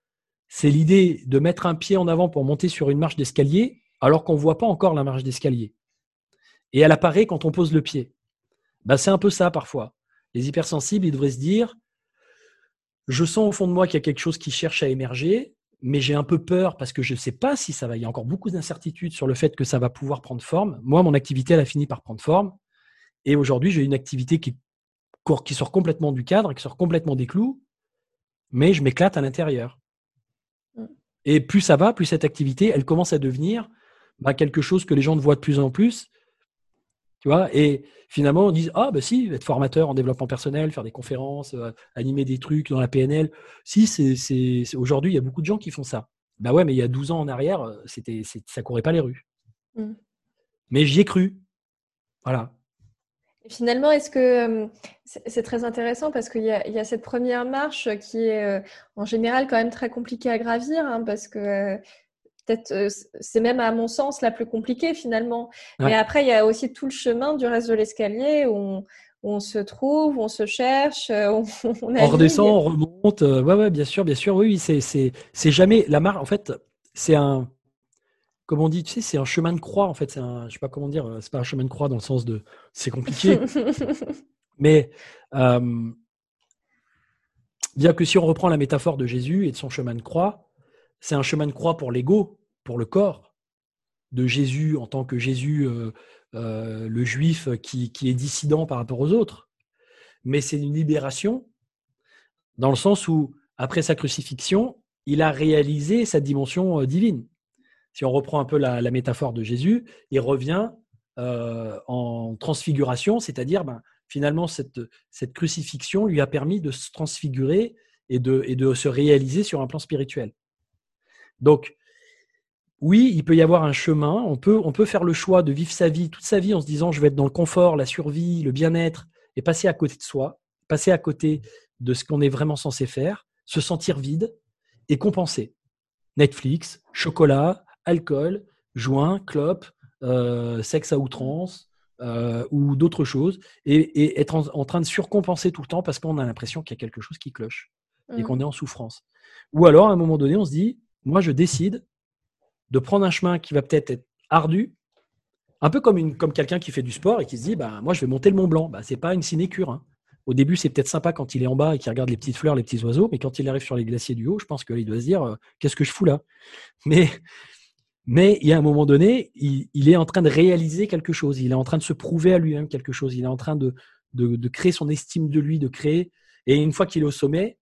S2: C'est l'idée de mettre un pied en avant pour monter sur une marche d'escalier alors qu'on ne voit pas encore la marche d'escalier. Et elle apparaît quand on pose le pied. C'est un peu ça parfois. Les hypersensibles, ils devraient se dire, je sens au fond de moi qu'il y a quelque chose qui cherche à émerger, mais j'ai un peu peur parce que je ne sais pas si ça va. Il y a encore beaucoup d'incertitudes sur le fait que ça va pouvoir prendre forme. Moi, mon activité, elle a fini par prendre forme. Et aujourd'hui, j'ai une activité qui sort complètement du cadre, qui sort complètement des clous, mais je m'éclate à l'intérieur. Et plus ça va, plus cette activité, elle commence à devenir quelque chose que les gens voient de plus en plus. Tu vois, et finalement, on dit si, être formateur en développement personnel, faire des conférences, animer des trucs dans la PNL. Si, aujourd'hui, il y a beaucoup de gens qui font ça. Ouais, mais il y a 12 ans en arrière, ça courait pas les rues. Mais j'y ai cru. Voilà.
S1: Et finalement, est-ce que c'est très intéressant parce qu'il y a cette première marche qui est en général quand même très compliquée à gravir, hein, parce que peut-être c'est même à mon sens la plus compliquée finalement. Ouais. Mais après, il y a aussi tout le chemin du reste de l'escalier où on se trouve, on se cherche, on
S2: redescend, on remonte. Ouais, bien sûr, oui, c'est jamais la marche. En fait, c'est un, comme on dit, tu sais, c'est un chemin de croix. En fait, je sais pas comment dire, c'est pas un chemin de croix dans le sens de, c'est compliqué. Mais bien que si on reprend la métaphore de Jésus et de son chemin de croix, c'est un chemin de croix pour l'ego, pour le corps de Jésus en tant que Jésus, le juif qui est dissident par rapport aux autres. Mais c'est une libération dans le sens où, après sa crucifixion, il a réalisé sa dimension divine. Si on reprend un peu la métaphore de Jésus, il revient en transfiguration, c'est-à-dire finalement cette crucifixion lui a permis de se transfigurer et de se réaliser sur un plan spirituel. Donc, oui, il peut y avoir un chemin, on peut faire le choix de vivre sa vie, toute sa vie en se disant je vais être dans le confort, la survie, le bien-être, et passer à côté de soi, passer à côté de ce qu'on est vraiment censé faire, se sentir vide et compenser. Netflix, chocolat, alcool, joint, clope, sexe à outrance ou d'autres choses, et être en train de surcompenser tout le temps parce qu'on a l'impression qu'il y a quelque chose qui cloche et qu'on est en souffrance. Ou alors, à un moment donné, on se dit, moi, je décide de prendre un chemin qui va peut-être être ardu, un peu comme quelqu'un qui fait du sport et qui se dit, moi, je vais monter le Mont Blanc. C'est pas une sinécure, hein. Au début, c'est peut-être sympa quand il est en bas et qu'il regarde les petites fleurs, les petits oiseaux, mais quand il arrive sur les glaciers du haut, je pense qu'il doit se dire qu'est-ce que je fous là ? Mais il y a un moment donné, il est en train de réaliser quelque chose, il est en train de se prouver à lui-même quelque chose, il est en train de créer son estime de lui, de créer. Et une fois qu'il est au sommet,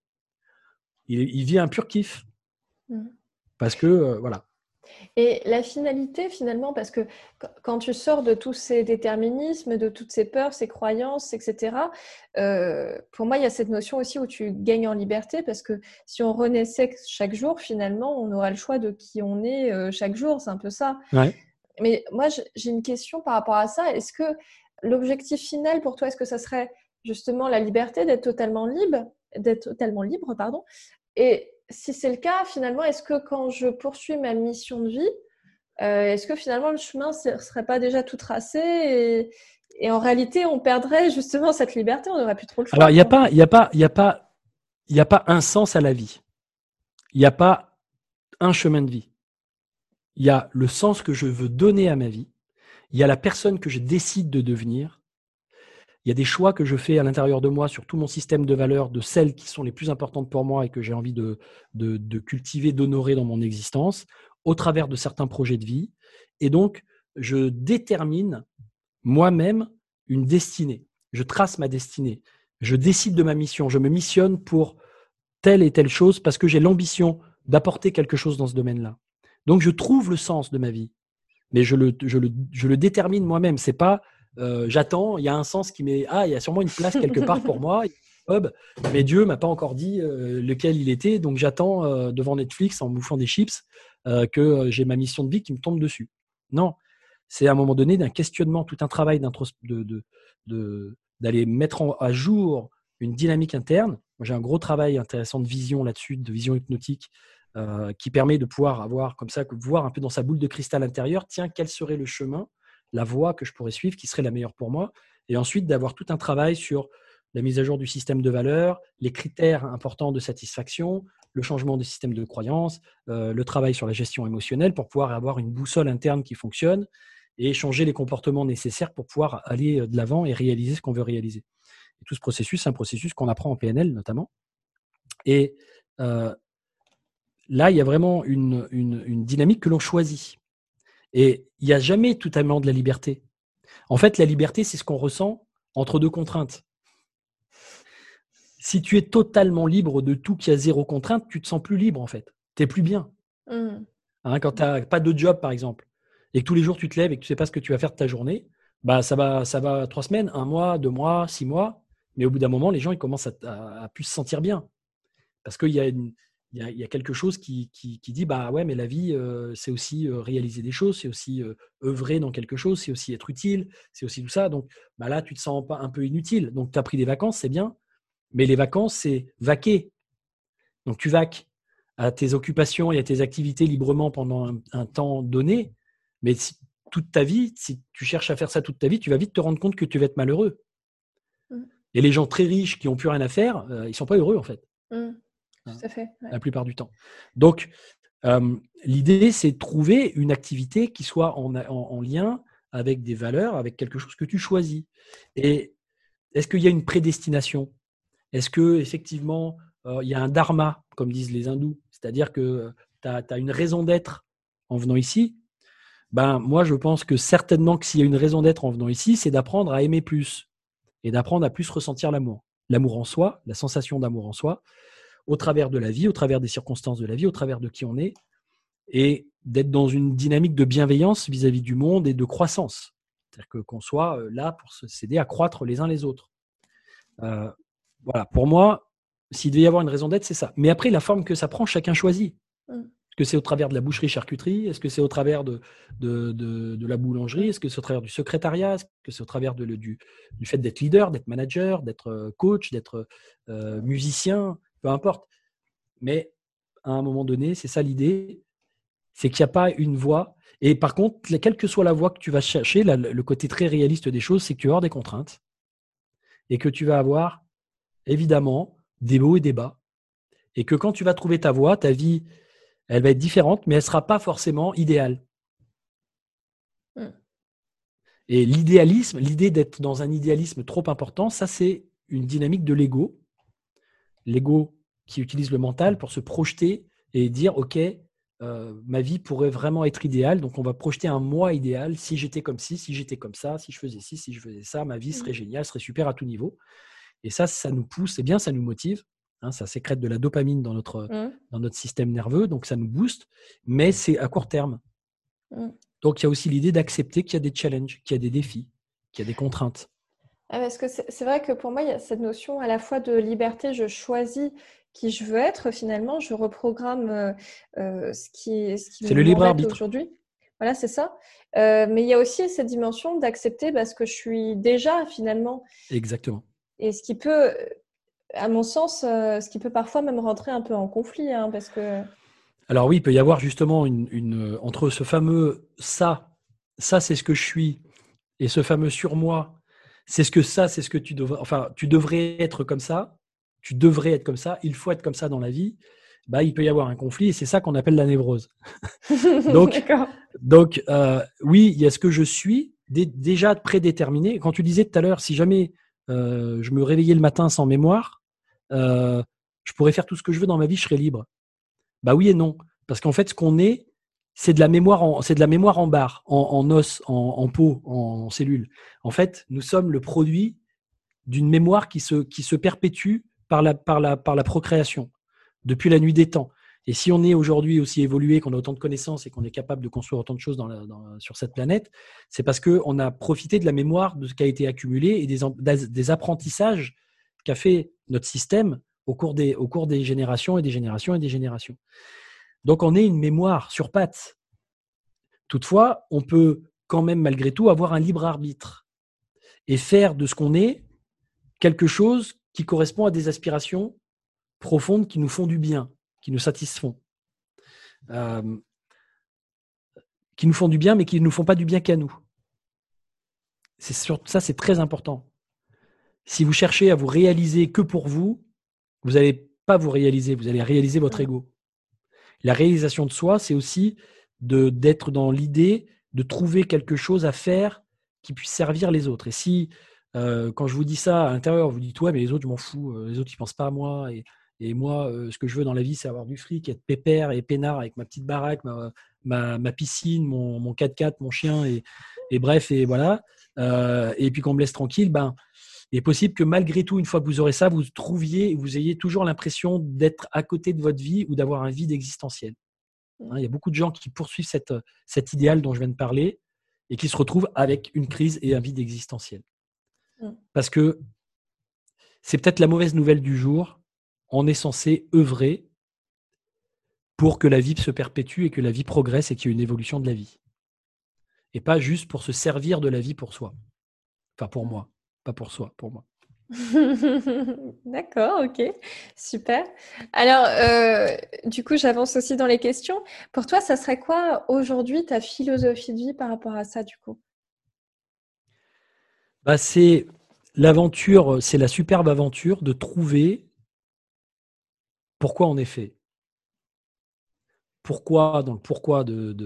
S2: il vit un pur kiff. Parce que, voilà.
S1: Et la finalité, finalement, parce que quand tu sors de tous ces déterminismes, de toutes ces peurs, ces croyances, etc., pour moi, il y a cette notion aussi où tu gagnes en liberté, parce que si on renaissait chaque jour, finalement, on aura le choix de qui on est chaque jour, c'est un peu ça.
S2: Ouais.
S1: Mais moi, j'ai une question par rapport à ça. Est-ce que l'objectif final pour toi, est-ce que ça serait justement la liberté d'être totalement libre, pardon, et si c'est le cas, finalement, est-ce que quand je poursuis ma mission de vie, est-ce que finalement le chemin ne serait pas déjà tout tracé et en réalité, on perdrait justement cette liberté, on n'aurait plus trop le choix.
S2: Alors, il n'y a pas un sens à la vie. Il n'y a pas un chemin de vie. Il y a le sens que je veux donner à ma vie. Il y a la personne que je décide de devenir. Il y a des choix que je fais à l'intérieur de moi sur tout mon système de valeurs, de celles qui sont les plus importantes pour moi et que j'ai envie de cultiver, d'honorer dans mon existence, au travers de certains projets de vie. Et donc, je détermine moi-même une destinée. Je trace ma destinée. Je décide de ma mission. Je me missionne pour telle et telle chose parce que j'ai l'ambition d'apporter quelque chose dans ce domaine-là. Donc, je trouve le sens de ma vie. Mais je le détermine moi-même. C'est pas j'attends, il y a un sens qui m'est il y a sûrement une place quelque part pour moi, mais Dieu m'a pas encore dit lequel il était, donc j'attends devant Netflix en bouffant des chips que j'ai ma mission de vie qui me tombe dessus. Non, c'est à un moment donné d'un questionnement, tout un travail d'aller mettre à jour une dynamique interne. Moi, j'ai un gros travail intéressant de vision là-dessus, de vision hypnotique, qui permet de pouvoir avoir comme ça, voir un peu dans sa boule de cristal intérieure, tiens, quel serait le chemin, la voie que je pourrais suivre, qui serait la meilleure pour moi, et ensuite d'avoir tout un travail sur la mise à jour du système de valeurs, les critères importants de satisfaction, le changement du système de croyance, le travail sur la gestion émotionnelle pour pouvoir avoir une boussole interne qui fonctionne et changer les comportements nécessaires pour pouvoir aller de l'avant et réaliser ce qu'on veut réaliser. Et tout ce processus, c'est un processus qu'on apprend en PNL notamment. Et là, il y a vraiment une dynamique que l'on choisit. Et il n'y a jamais totalement de la liberté. En fait, la liberté, c'est ce qu'on ressent entre deux contraintes. Si tu es totalement libre de tout, qui a zéro contrainte, tu te sens plus libre en fait. Tu n'es plus bien. Quand tu n'as pas de job, par exemple, et que tous les jours tu te lèves et que tu ne sais pas ce que tu vas faire de ta journée, bah ça va 3 semaines, 1 mois, 2 mois, 6 mois. Mais au bout d'un moment, les gens ils commencent à plus se sentir bien. Parce qu'il y a quelque chose qui dit bah ouais, mais la vie, c'est aussi réaliser des choses, c'est aussi œuvrer dans quelque chose, c'est aussi être utile, c'est aussi tout ça. Donc bah là, tu te sens pas un peu inutile. Donc tu as pris des vacances, c'est bien. Mais les vacances, c'est vaquer. Donc tu vaques à tes occupations et à tes activités librement pendant un temps donné. Mais toute ta vie, si tu cherches à faire ça toute ta vie, tu vas vite te rendre compte que tu vas être malheureux. Et les gens très riches qui n'ont plus rien à faire, ils ne sont pas heureux en fait.
S1: Tout à fait. Ouais.
S2: La plupart du temps. Donc, l'idée, c'est de trouver une activité qui soit en lien avec des valeurs, avec quelque chose que tu choisis. Et est-ce qu'il y a une prédestination? Est-ce qu'effectivement, il y a un dharma, comme disent les hindous? C'est-à-dire que tu as une raison d'être en venant ici. Ben, moi, je pense que certainement que s'il y a une raison d'être en venant ici, c'est d'apprendre à aimer plus et d'apprendre à plus ressentir l'amour. L'amour en soi, la sensation d'amour en soi, au travers de la vie, au travers des circonstances de la vie, au travers de qui on est, et d'être dans une dynamique de bienveillance vis-à-vis du monde et de croissance. C'est-à-dire qu'on soit là pour s'aider à croître les uns les autres. Voilà, pour moi, s'il devait y avoir une raison d'être, c'est ça. Mais après, la forme que ça prend, chacun choisit. Est-ce que c'est au travers de la boucherie-charcuterie? Est-ce que c'est au travers de la boulangerie? Est-ce que c'est au travers du secrétariat? Est-ce que c'est au travers du fait d'être leader, d'être manager, d'être coach, d'être musicien? Peu importe. Mais à un moment donné, c'est ça l'idée, c'est qu'il n'y a pas une voie. Et par contre, quelle que soit la voie que tu vas chercher, le côté très réaliste des choses, c'est que tu vas avoir des contraintes et que tu vas avoir évidemment des hauts et des bas. Et que quand tu vas trouver ta voie, ta vie, elle va être différente, mais elle ne sera pas forcément idéale. Et l'idéalisme, l'idée d'être dans un idéalisme trop important, ça c'est une dynamique de l'ego. L'ego qui utilise le mental pour se projeter et dire ok, ma vie pourrait vraiment être idéale, donc on va projeter un moi idéal. Si j'étais comme ci, si j'étais comme ça, si je faisais ci, si je faisais ça, ma vie serait géniale, serait super à tout niveau. Et ça nous pousse, c'est bien, ça nous motive. Ça sécrète de la dopamine dans notre système nerveux, donc ça nous booste, mais c'est à court terme. Donc il y a aussi l'idée d'accepter qu'il y a des challenges, qu'il y a des défis, qu'il y a des contraintes.
S1: Parce que c'est vrai que pour moi, il y a cette notion à la fois de liberté, je choisis qui je veux être finalement, je reprogramme ce qui
S2: c'est le libre arbitre
S1: aujourd'hui. Voilà, c'est ça. Mais il y a aussi cette dimension d'accepter ce que je suis déjà finalement.
S2: Exactement.
S1: Et ce qui peut, à mon sens, ce qui peut parfois même rentrer un peu en conflit, parce que…
S2: Alors oui, il peut y avoir justement entre ce fameux ça c'est ce que je suis, et ce fameux sur moi, c'est ce que tu devrais, enfin tu devrais être comme ça, tu devrais être comme ça, il faut être comme ça dans la vie. Il peut y avoir un conflit et c'est ça qu'on appelle la névrose. donc oui, il y a ce que je suis déjà prédéterminé. Quand tu disais tout à l'heure, si jamais je me réveillais le matin sans mémoire, je pourrais faire tout ce que je veux dans ma vie, je serais libre. Oui et non, parce qu'en fait, ce qu'on est, c'est de la mémoire en barre, en os, en peau, en cellules. En fait, nous sommes le produit d'une mémoire qui se perpétue par la procréation depuis la nuit des temps. Et si on est aujourd'hui aussi évolué, qu'on a autant de connaissances et qu'on est capable de construire autant de choses sur cette planète, c'est parce qu'on a profité de la mémoire de ce qui a été accumulé et des apprentissages qu'a fait notre système au cours des générations et des générations et des générations. Donc, on est une mémoire sur pattes. Toutefois, on peut quand même, malgré tout, avoir un libre arbitre et faire de ce qu'on est quelque chose qui correspond à des aspirations profondes qui nous font du bien, qui nous satisfont. Qui nous font du bien, mais qui ne nous font pas du bien qu'à nous. Ça, c'est très important. Si vous cherchez à vous réaliser que pour vous, vous n'allez pas vous réaliser, vous allez réaliser votre ego. La réalisation de soi, c'est aussi d'être dans l'idée de trouver quelque chose à faire qui puisse servir les autres. Et si, quand je vous dis ça à l'intérieur, vous dites « Ouais, mais les autres, je m'en fous. Les autres, ils ne pensent pas à moi. Et moi, ce que je veux dans la vie, c'est avoir du fric, être pépère et peinard avec ma petite baraque, ma piscine, mon 4x4, mon chien, et bref, et voilà. Et puis qu'on me laisse tranquille, ben, il est possible que malgré tout, une fois que vous aurez ça, vous ayez toujours l'impression d'être à côté de votre vie ou d'avoir un vide existentiel. Il y a beaucoup de gens qui poursuivent cet idéal dont je viens de parler et qui se retrouvent avec une crise et un vide existentiel. Parce que c'est peut-être la mauvaise nouvelle du jour. On est censé œuvrer pour que la vie se perpétue et que la vie progresse et qu'il y ait une évolution de la vie. Et pas juste pour se servir de la vie pour soi. Enfin, pour moi. Pas pour soi, pour moi.
S1: D'accord, ok, super. Alors, du coup, j'avance aussi dans les questions. Pour toi, ça serait quoi aujourd'hui ta philosophie de vie par rapport à ça, du coup?
S2: Bah, c'est l'aventure, c'est la superbe aventure de trouver pourquoi on est fait. Pourquoi, dans le pourquoi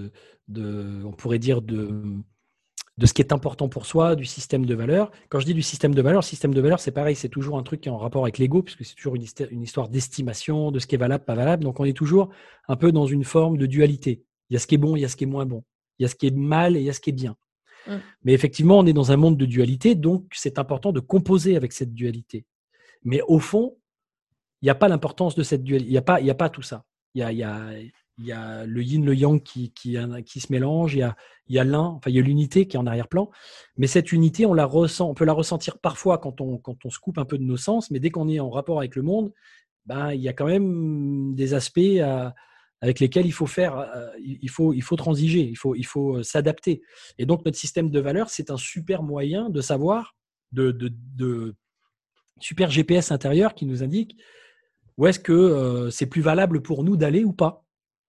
S2: on pourrait dire de ce qui est important pour soi, du système de valeurs. Quand je dis du système de valeurs, c'est pareil, c'est toujours un truc qui est en rapport avec l'ego, puisque c'est toujours une histoire d'estimation, de ce qui est valable, pas valable. Donc on est toujours un peu dans une forme de dualité. Il y a ce qui est bon, il y a ce qui est moins bon. Il y a ce qui est mal et il y a ce qui est bien. Mais effectivement, on est dans un monde de dualité, donc c'est important de composer avec cette dualité. Mais au fond, il n'y a pas l'importance de cette dualité. Il y a pas tout ça. Il y a le yin, le yang qui se mélange. Il y a l'un, enfin il y a l'unité qui est en arrière-plan. Mais cette unité, on peut la ressentir parfois quand on se coupe un peu de nos sens. Mais dès qu'on est en rapport avec le monde, ben, il y a quand même des aspects avec lesquels il faut transiger, il faut s'adapter. Et donc notre système de valeurs, c'est un super moyen de savoir, de super GPS intérieur qui nous indique où est-ce que c'est plus valable pour nous d'aller ou pas,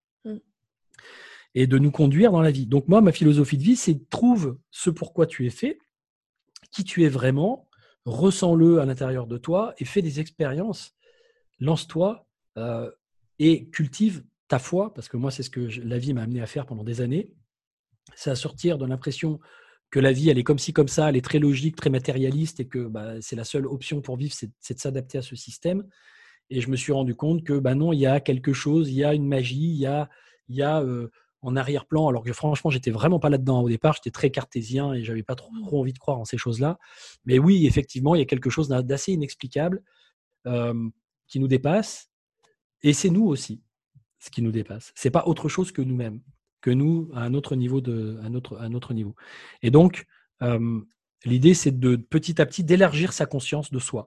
S2: et de nous conduire dans la vie. Donc moi, ma philosophie de vie, c'est trouve ce pourquoi tu es fait, qui tu es vraiment, ressens-le à l'intérieur de toi et fais des expériences, lance-toi et cultive ta foi, parce que moi, c'est ce que la vie m'a amené à faire pendant des années. C'est à sortir de l'impression que la vie, elle est comme ci, comme ça, elle est très logique, très matérialiste, et que c'est la seule option pour vivre, c'est de s'adapter à ce système. Et je me suis rendu compte que non, il y a quelque chose, il y a une magie, il y a en arrière-plan, alors que franchement, j'étais vraiment pas là-dedans au départ, j'étais très cartésien et j'avais pas trop envie de croire en ces choses-là. Mais oui, effectivement, il y a quelque chose d'assez inexplicable qui nous dépasse, et c'est nous aussi ce qui nous dépasse. C'est pas autre chose que nous-mêmes, que nous à un autre niveau niveau. Et donc, l'idée, c'est de petit à petit d'élargir sa conscience de soi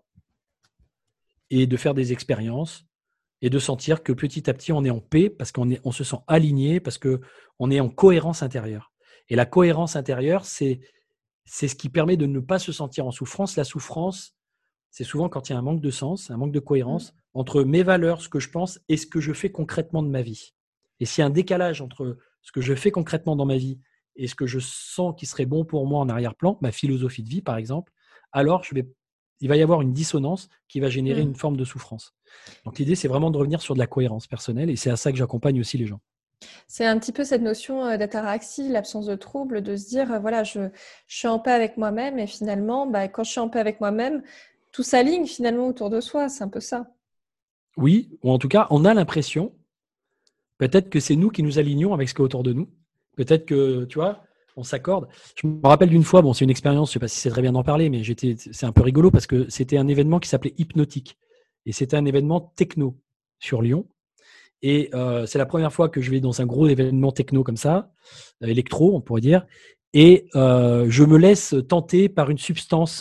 S2: et de faire des expériences et de sentir que petit à petit, on est en paix parce on se sent aligné, parce qu'on est en cohérence intérieure. Et la cohérence intérieure, c'est ce qui permet de ne pas se sentir en souffrance. La souffrance, c'est souvent quand il y a un manque de sens, un manque de cohérence entre mes valeurs, ce que je pense, et ce que je fais concrètement de ma vie. Et s'il y a un décalage entre ce que je fais concrètement dans ma vie et ce que je sens qui serait bon pour moi en arrière-plan, ma philosophie de vie par exemple, alors il va y avoir une dissonance qui va générer une forme de souffrance. Donc l'idée, c'est vraiment de revenir sur de la cohérence personnelle, et c'est à ça que j'accompagne aussi les gens.
S1: C'est un petit peu cette notion d'ataraxie, l'absence de trouble, de se dire, voilà, je suis en paix avec moi-même, et finalement, quand je suis en paix avec moi-même, tout s'aligne finalement autour de soi, c'est un peu ça.
S2: Oui, ou en tout cas, on a l'impression, peut-être que c'est nous qui nous alignons avec ce qu'il y a autour de nous. Peut-être que, tu vois, on s'accorde. Je me rappelle d'une fois, c'est une expérience, je ne sais pas si c'est très bien d'en parler, mais c'est un peu rigolo parce que c'était un événement qui s'appelait Hypnotique. Et c'était un événement techno sur Lyon. Et c'est la première fois que je vais dans un gros événement techno comme ça, électro, on pourrait dire. Et je me laisse tenter par une substance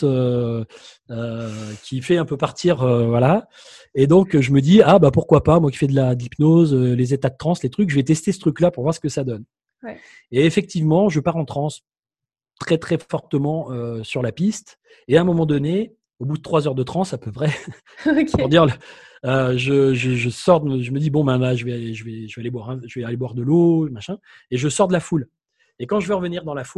S2: qui fait un peu partir, voilà. Et donc je me dis pourquoi pas, moi qui fais de l'hypnose, les états de transe, les trucs, je vais tester ce truc-là pour voir ce que ça donne.
S1: Ouais.
S2: Et effectivement, je pars en transe très très fortement sur la piste. Et à un moment donné, au bout de 3 heures de transe à peu près,
S1: Okay.
S2: pour dire, je sors, je me dis là, je vais aller boire de l'eau, machin, et je sors de la foule. Et quand je vais revenir dans la foule,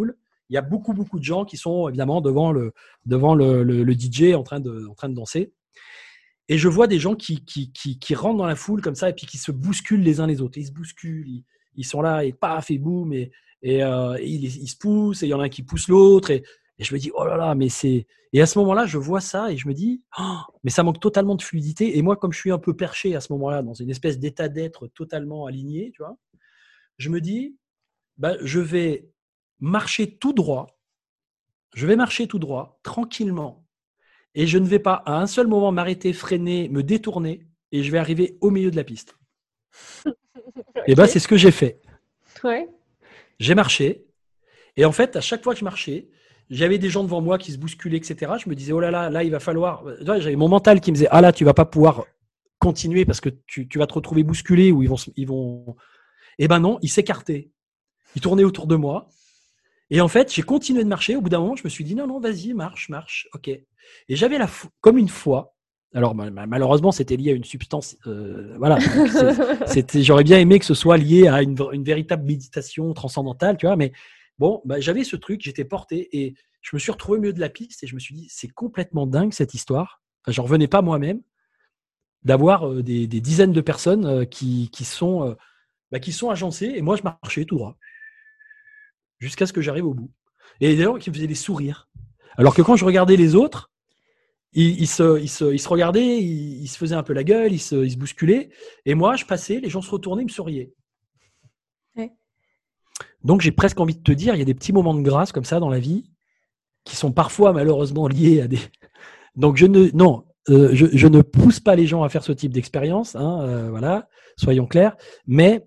S2: il y a beaucoup, beaucoup de gens qui sont évidemment devant le DJ en train de danser. Et je vois des gens qui rentrent dans la foule comme ça et puis qui se bousculent les uns les autres. Ils se bousculent, ils sont là et paf et boum et ils se poussent et il y en a un qui pousse l'autre et je me dis oh là là mais c'est et à ce moment-là je vois ça et je me dis oh, mais ça manque totalement de fluidité et moi comme je suis un peu perché à ce moment-là dans une espèce d'état d'être totalement aligné, tu vois, je me dis bah, je vais marcher tout droit, tranquillement et je ne vais pas à un seul moment m'arrêter, freiner, me détourner et je vais arriver au milieu de la piste. Et ben c'est ce que j'ai fait.
S1: Ouais.
S2: J'ai marché et en fait à chaque fois que je marchais, j'avais des gens devant moi qui se bousculaient, etc. Je me disais oh là là, là il va falloir. J'avais mon mental qui me disait ah là tu vas pas pouvoir continuer parce que tu vas te retrouver bousculé ou ils vont. Et ben non, ils s'écartaient, ils tournaient autour de moi. Et en fait, j'ai continué de marcher. Au bout d'un moment, je me suis dit non, non, vas-y, marche, ok. Et j'avais comme une foi. Alors malheureusement, c'était lié à une substance. Voilà. J'aurais bien aimé que ce soit lié à une véritable méditation transcendantale, tu vois. Mais bon, bah, j'avais ce truc, j'étais porté et je me suis retrouvé au milieu de la piste et je me suis dit c'est complètement dingue cette histoire. Enfin, j'en revenais pas moi-même d'avoir des dizaines de personnes qui sont agencées et moi je marchais tout droit jusqu'à ce que j'arrive au bout. Et d'ailleurs, qui me faisaient des sourires. Alors que quand je regardais les autres, ils se regardaient, ils se faisaient un peu la gueule, ils se bousculaient. Et moi, je passais, les gens se retournaient, ils me souriaient.
S1: Ouais.
S2: Donc, j'ai presque envie de te dire, il y a des petits moments de grâce comme ça dans la vie qui sont parfois malheureusement liés à des. Donc, je ne pousse pas les gens à faire ce type d'expérience. Hein, voilà, soyons clairs. Mais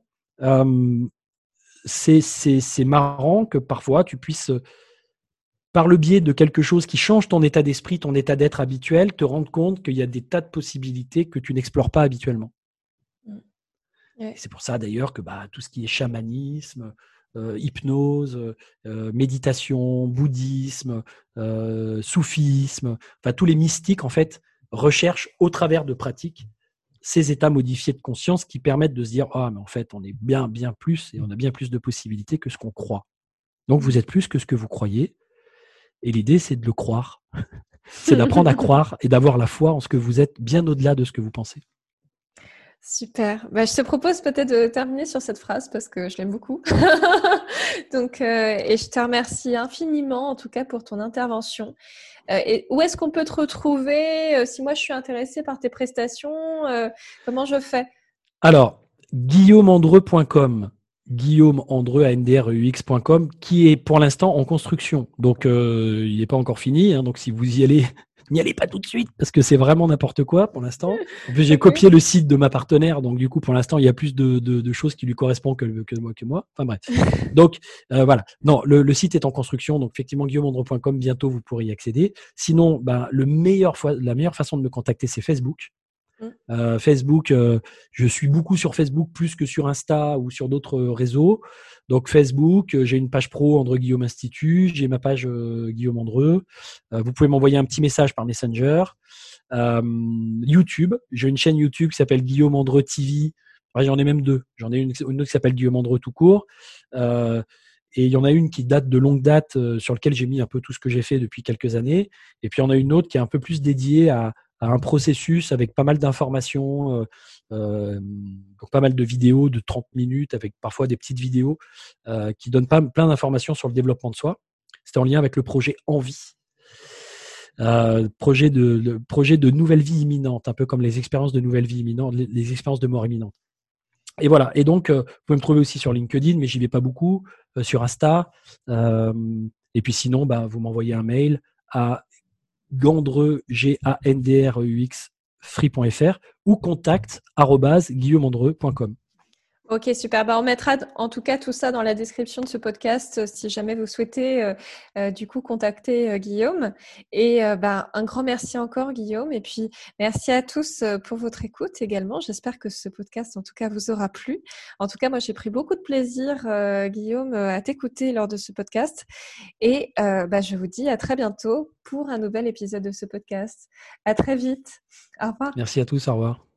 S2: c'est marrant que parfois tu puisses, par le biais de quelque chose qui change ton état d'esprit, ton état d'être habituel, te rendre compte qu'il y a des tas de possibilités que tu n'explores pas habituellement.
S1: Ouais.
S2: Et c'est pour ça d'ailleurs que tout ce qui est chamanisme, hypnose, méditation, bouddhisme, soufisme, enfin tous les mystiques en fait recherchent au travers de pratiques ces états modifiés de conscience qui permettent de se dire ah mais en fait on est bien plus et on a bien plus de possibilités que ce qu'on croit. Donc vous êtes plus que ce que vous croyez. Et l'idée, c'est de le croire. C'est d'apprendre à croire et d'avoir la foi en ce que vous êtes bien au-delà de ce que vous pensez.
S1: Super. Bah, je te propose peut-être de terminer sur cette phrase parce que je l'aime beaucoup. Donc, et je te remercie infiniment en tout cas pour ton intervention. Et où est-ce qu'on peut te retrouver si moi je suis intéressée par tes prestations, comment je fais?
S2: Alors, guillaumandreux.com, guillaumeandreux.com, qui est pour l'instant en construction. Donc, il n'est pas encore fini. Hein, donc, si vous y allez, n'y allez pas tout de suite parce que c'est vraiment n'importe quoi pour l'instant. En plus, j'ai copié le site de ma partenaire. Donc, du coup, pour l'instant, il y a plus de choses qui lui correspondent que moi. Enfin, bref. Donc, voilà. Non, le site est en construction. Donc, effectivement, guillaumandreux.com, bientôt, vous pourrez y accéder. Sinon, la meilleure façon de me contacter, c'est Facebook. Facebook, je suis beaucoup sur Facebook plus que sur Insta ou sur d'autres réseaux. Donc Facebook, j'ai une page pro Andreux Guillaume Institut, j'ai ma page Guillaume Andreux. Vous pouvez m'envoyer un petit message par Messenger. YouTube, j'ai une chaîne YouTube qui s'appelle Guillaume Andreux TV. Ouais, j'en ai même deux. J'en ai une autre qui s'appelle Guillaume Andreux tout court. Et il y en a une qui date de longue date sur laquelle j'ai mis un peu tout ce que j'ai fait depuis quelques années. Et puis il y en a une autre qui est un peu plus dédiée à un processus avec pas mal d'informations, donc pas mal de vidéos de 30 minutes avec parfois des petites vidéos qui donnent plein d'informations sur le développement de soi. C'était en lien avec le projet Envie. Projet de nouvelle vie imminente, un peu comme les expériences de nouvelle vie imminente, les expériences de mort imminente. Et voilà. Et donc, vous pouvez me trouver aussi sur LinkedIn, mais j'y vais pas beaucoup, sur Insta. Et puis sinon, vous m'envoyez un mail à Gandreux, Gandreux, free.fr ou contact@guillaumandreux.com.
S1: Ok, super. On mettra en tout cas tout ça dans la description de ce podcast si jamais vous souhaitez du coup contacter Guillaume. Et un grand merci encore Guillaume. Et puis merci à tous pour votre écoute également. J'espère que ce podcast en tout cas vous aura plu. En tout cas, moi j'ai pris beaucoup de plaisir Guillaume à t'écouter lors de ce podcast. Et je vous dis à très bientôt pour un nouvel épisode de ce podcast. À très vite. Au revoir.
S2: Merci à tous. Au revoir.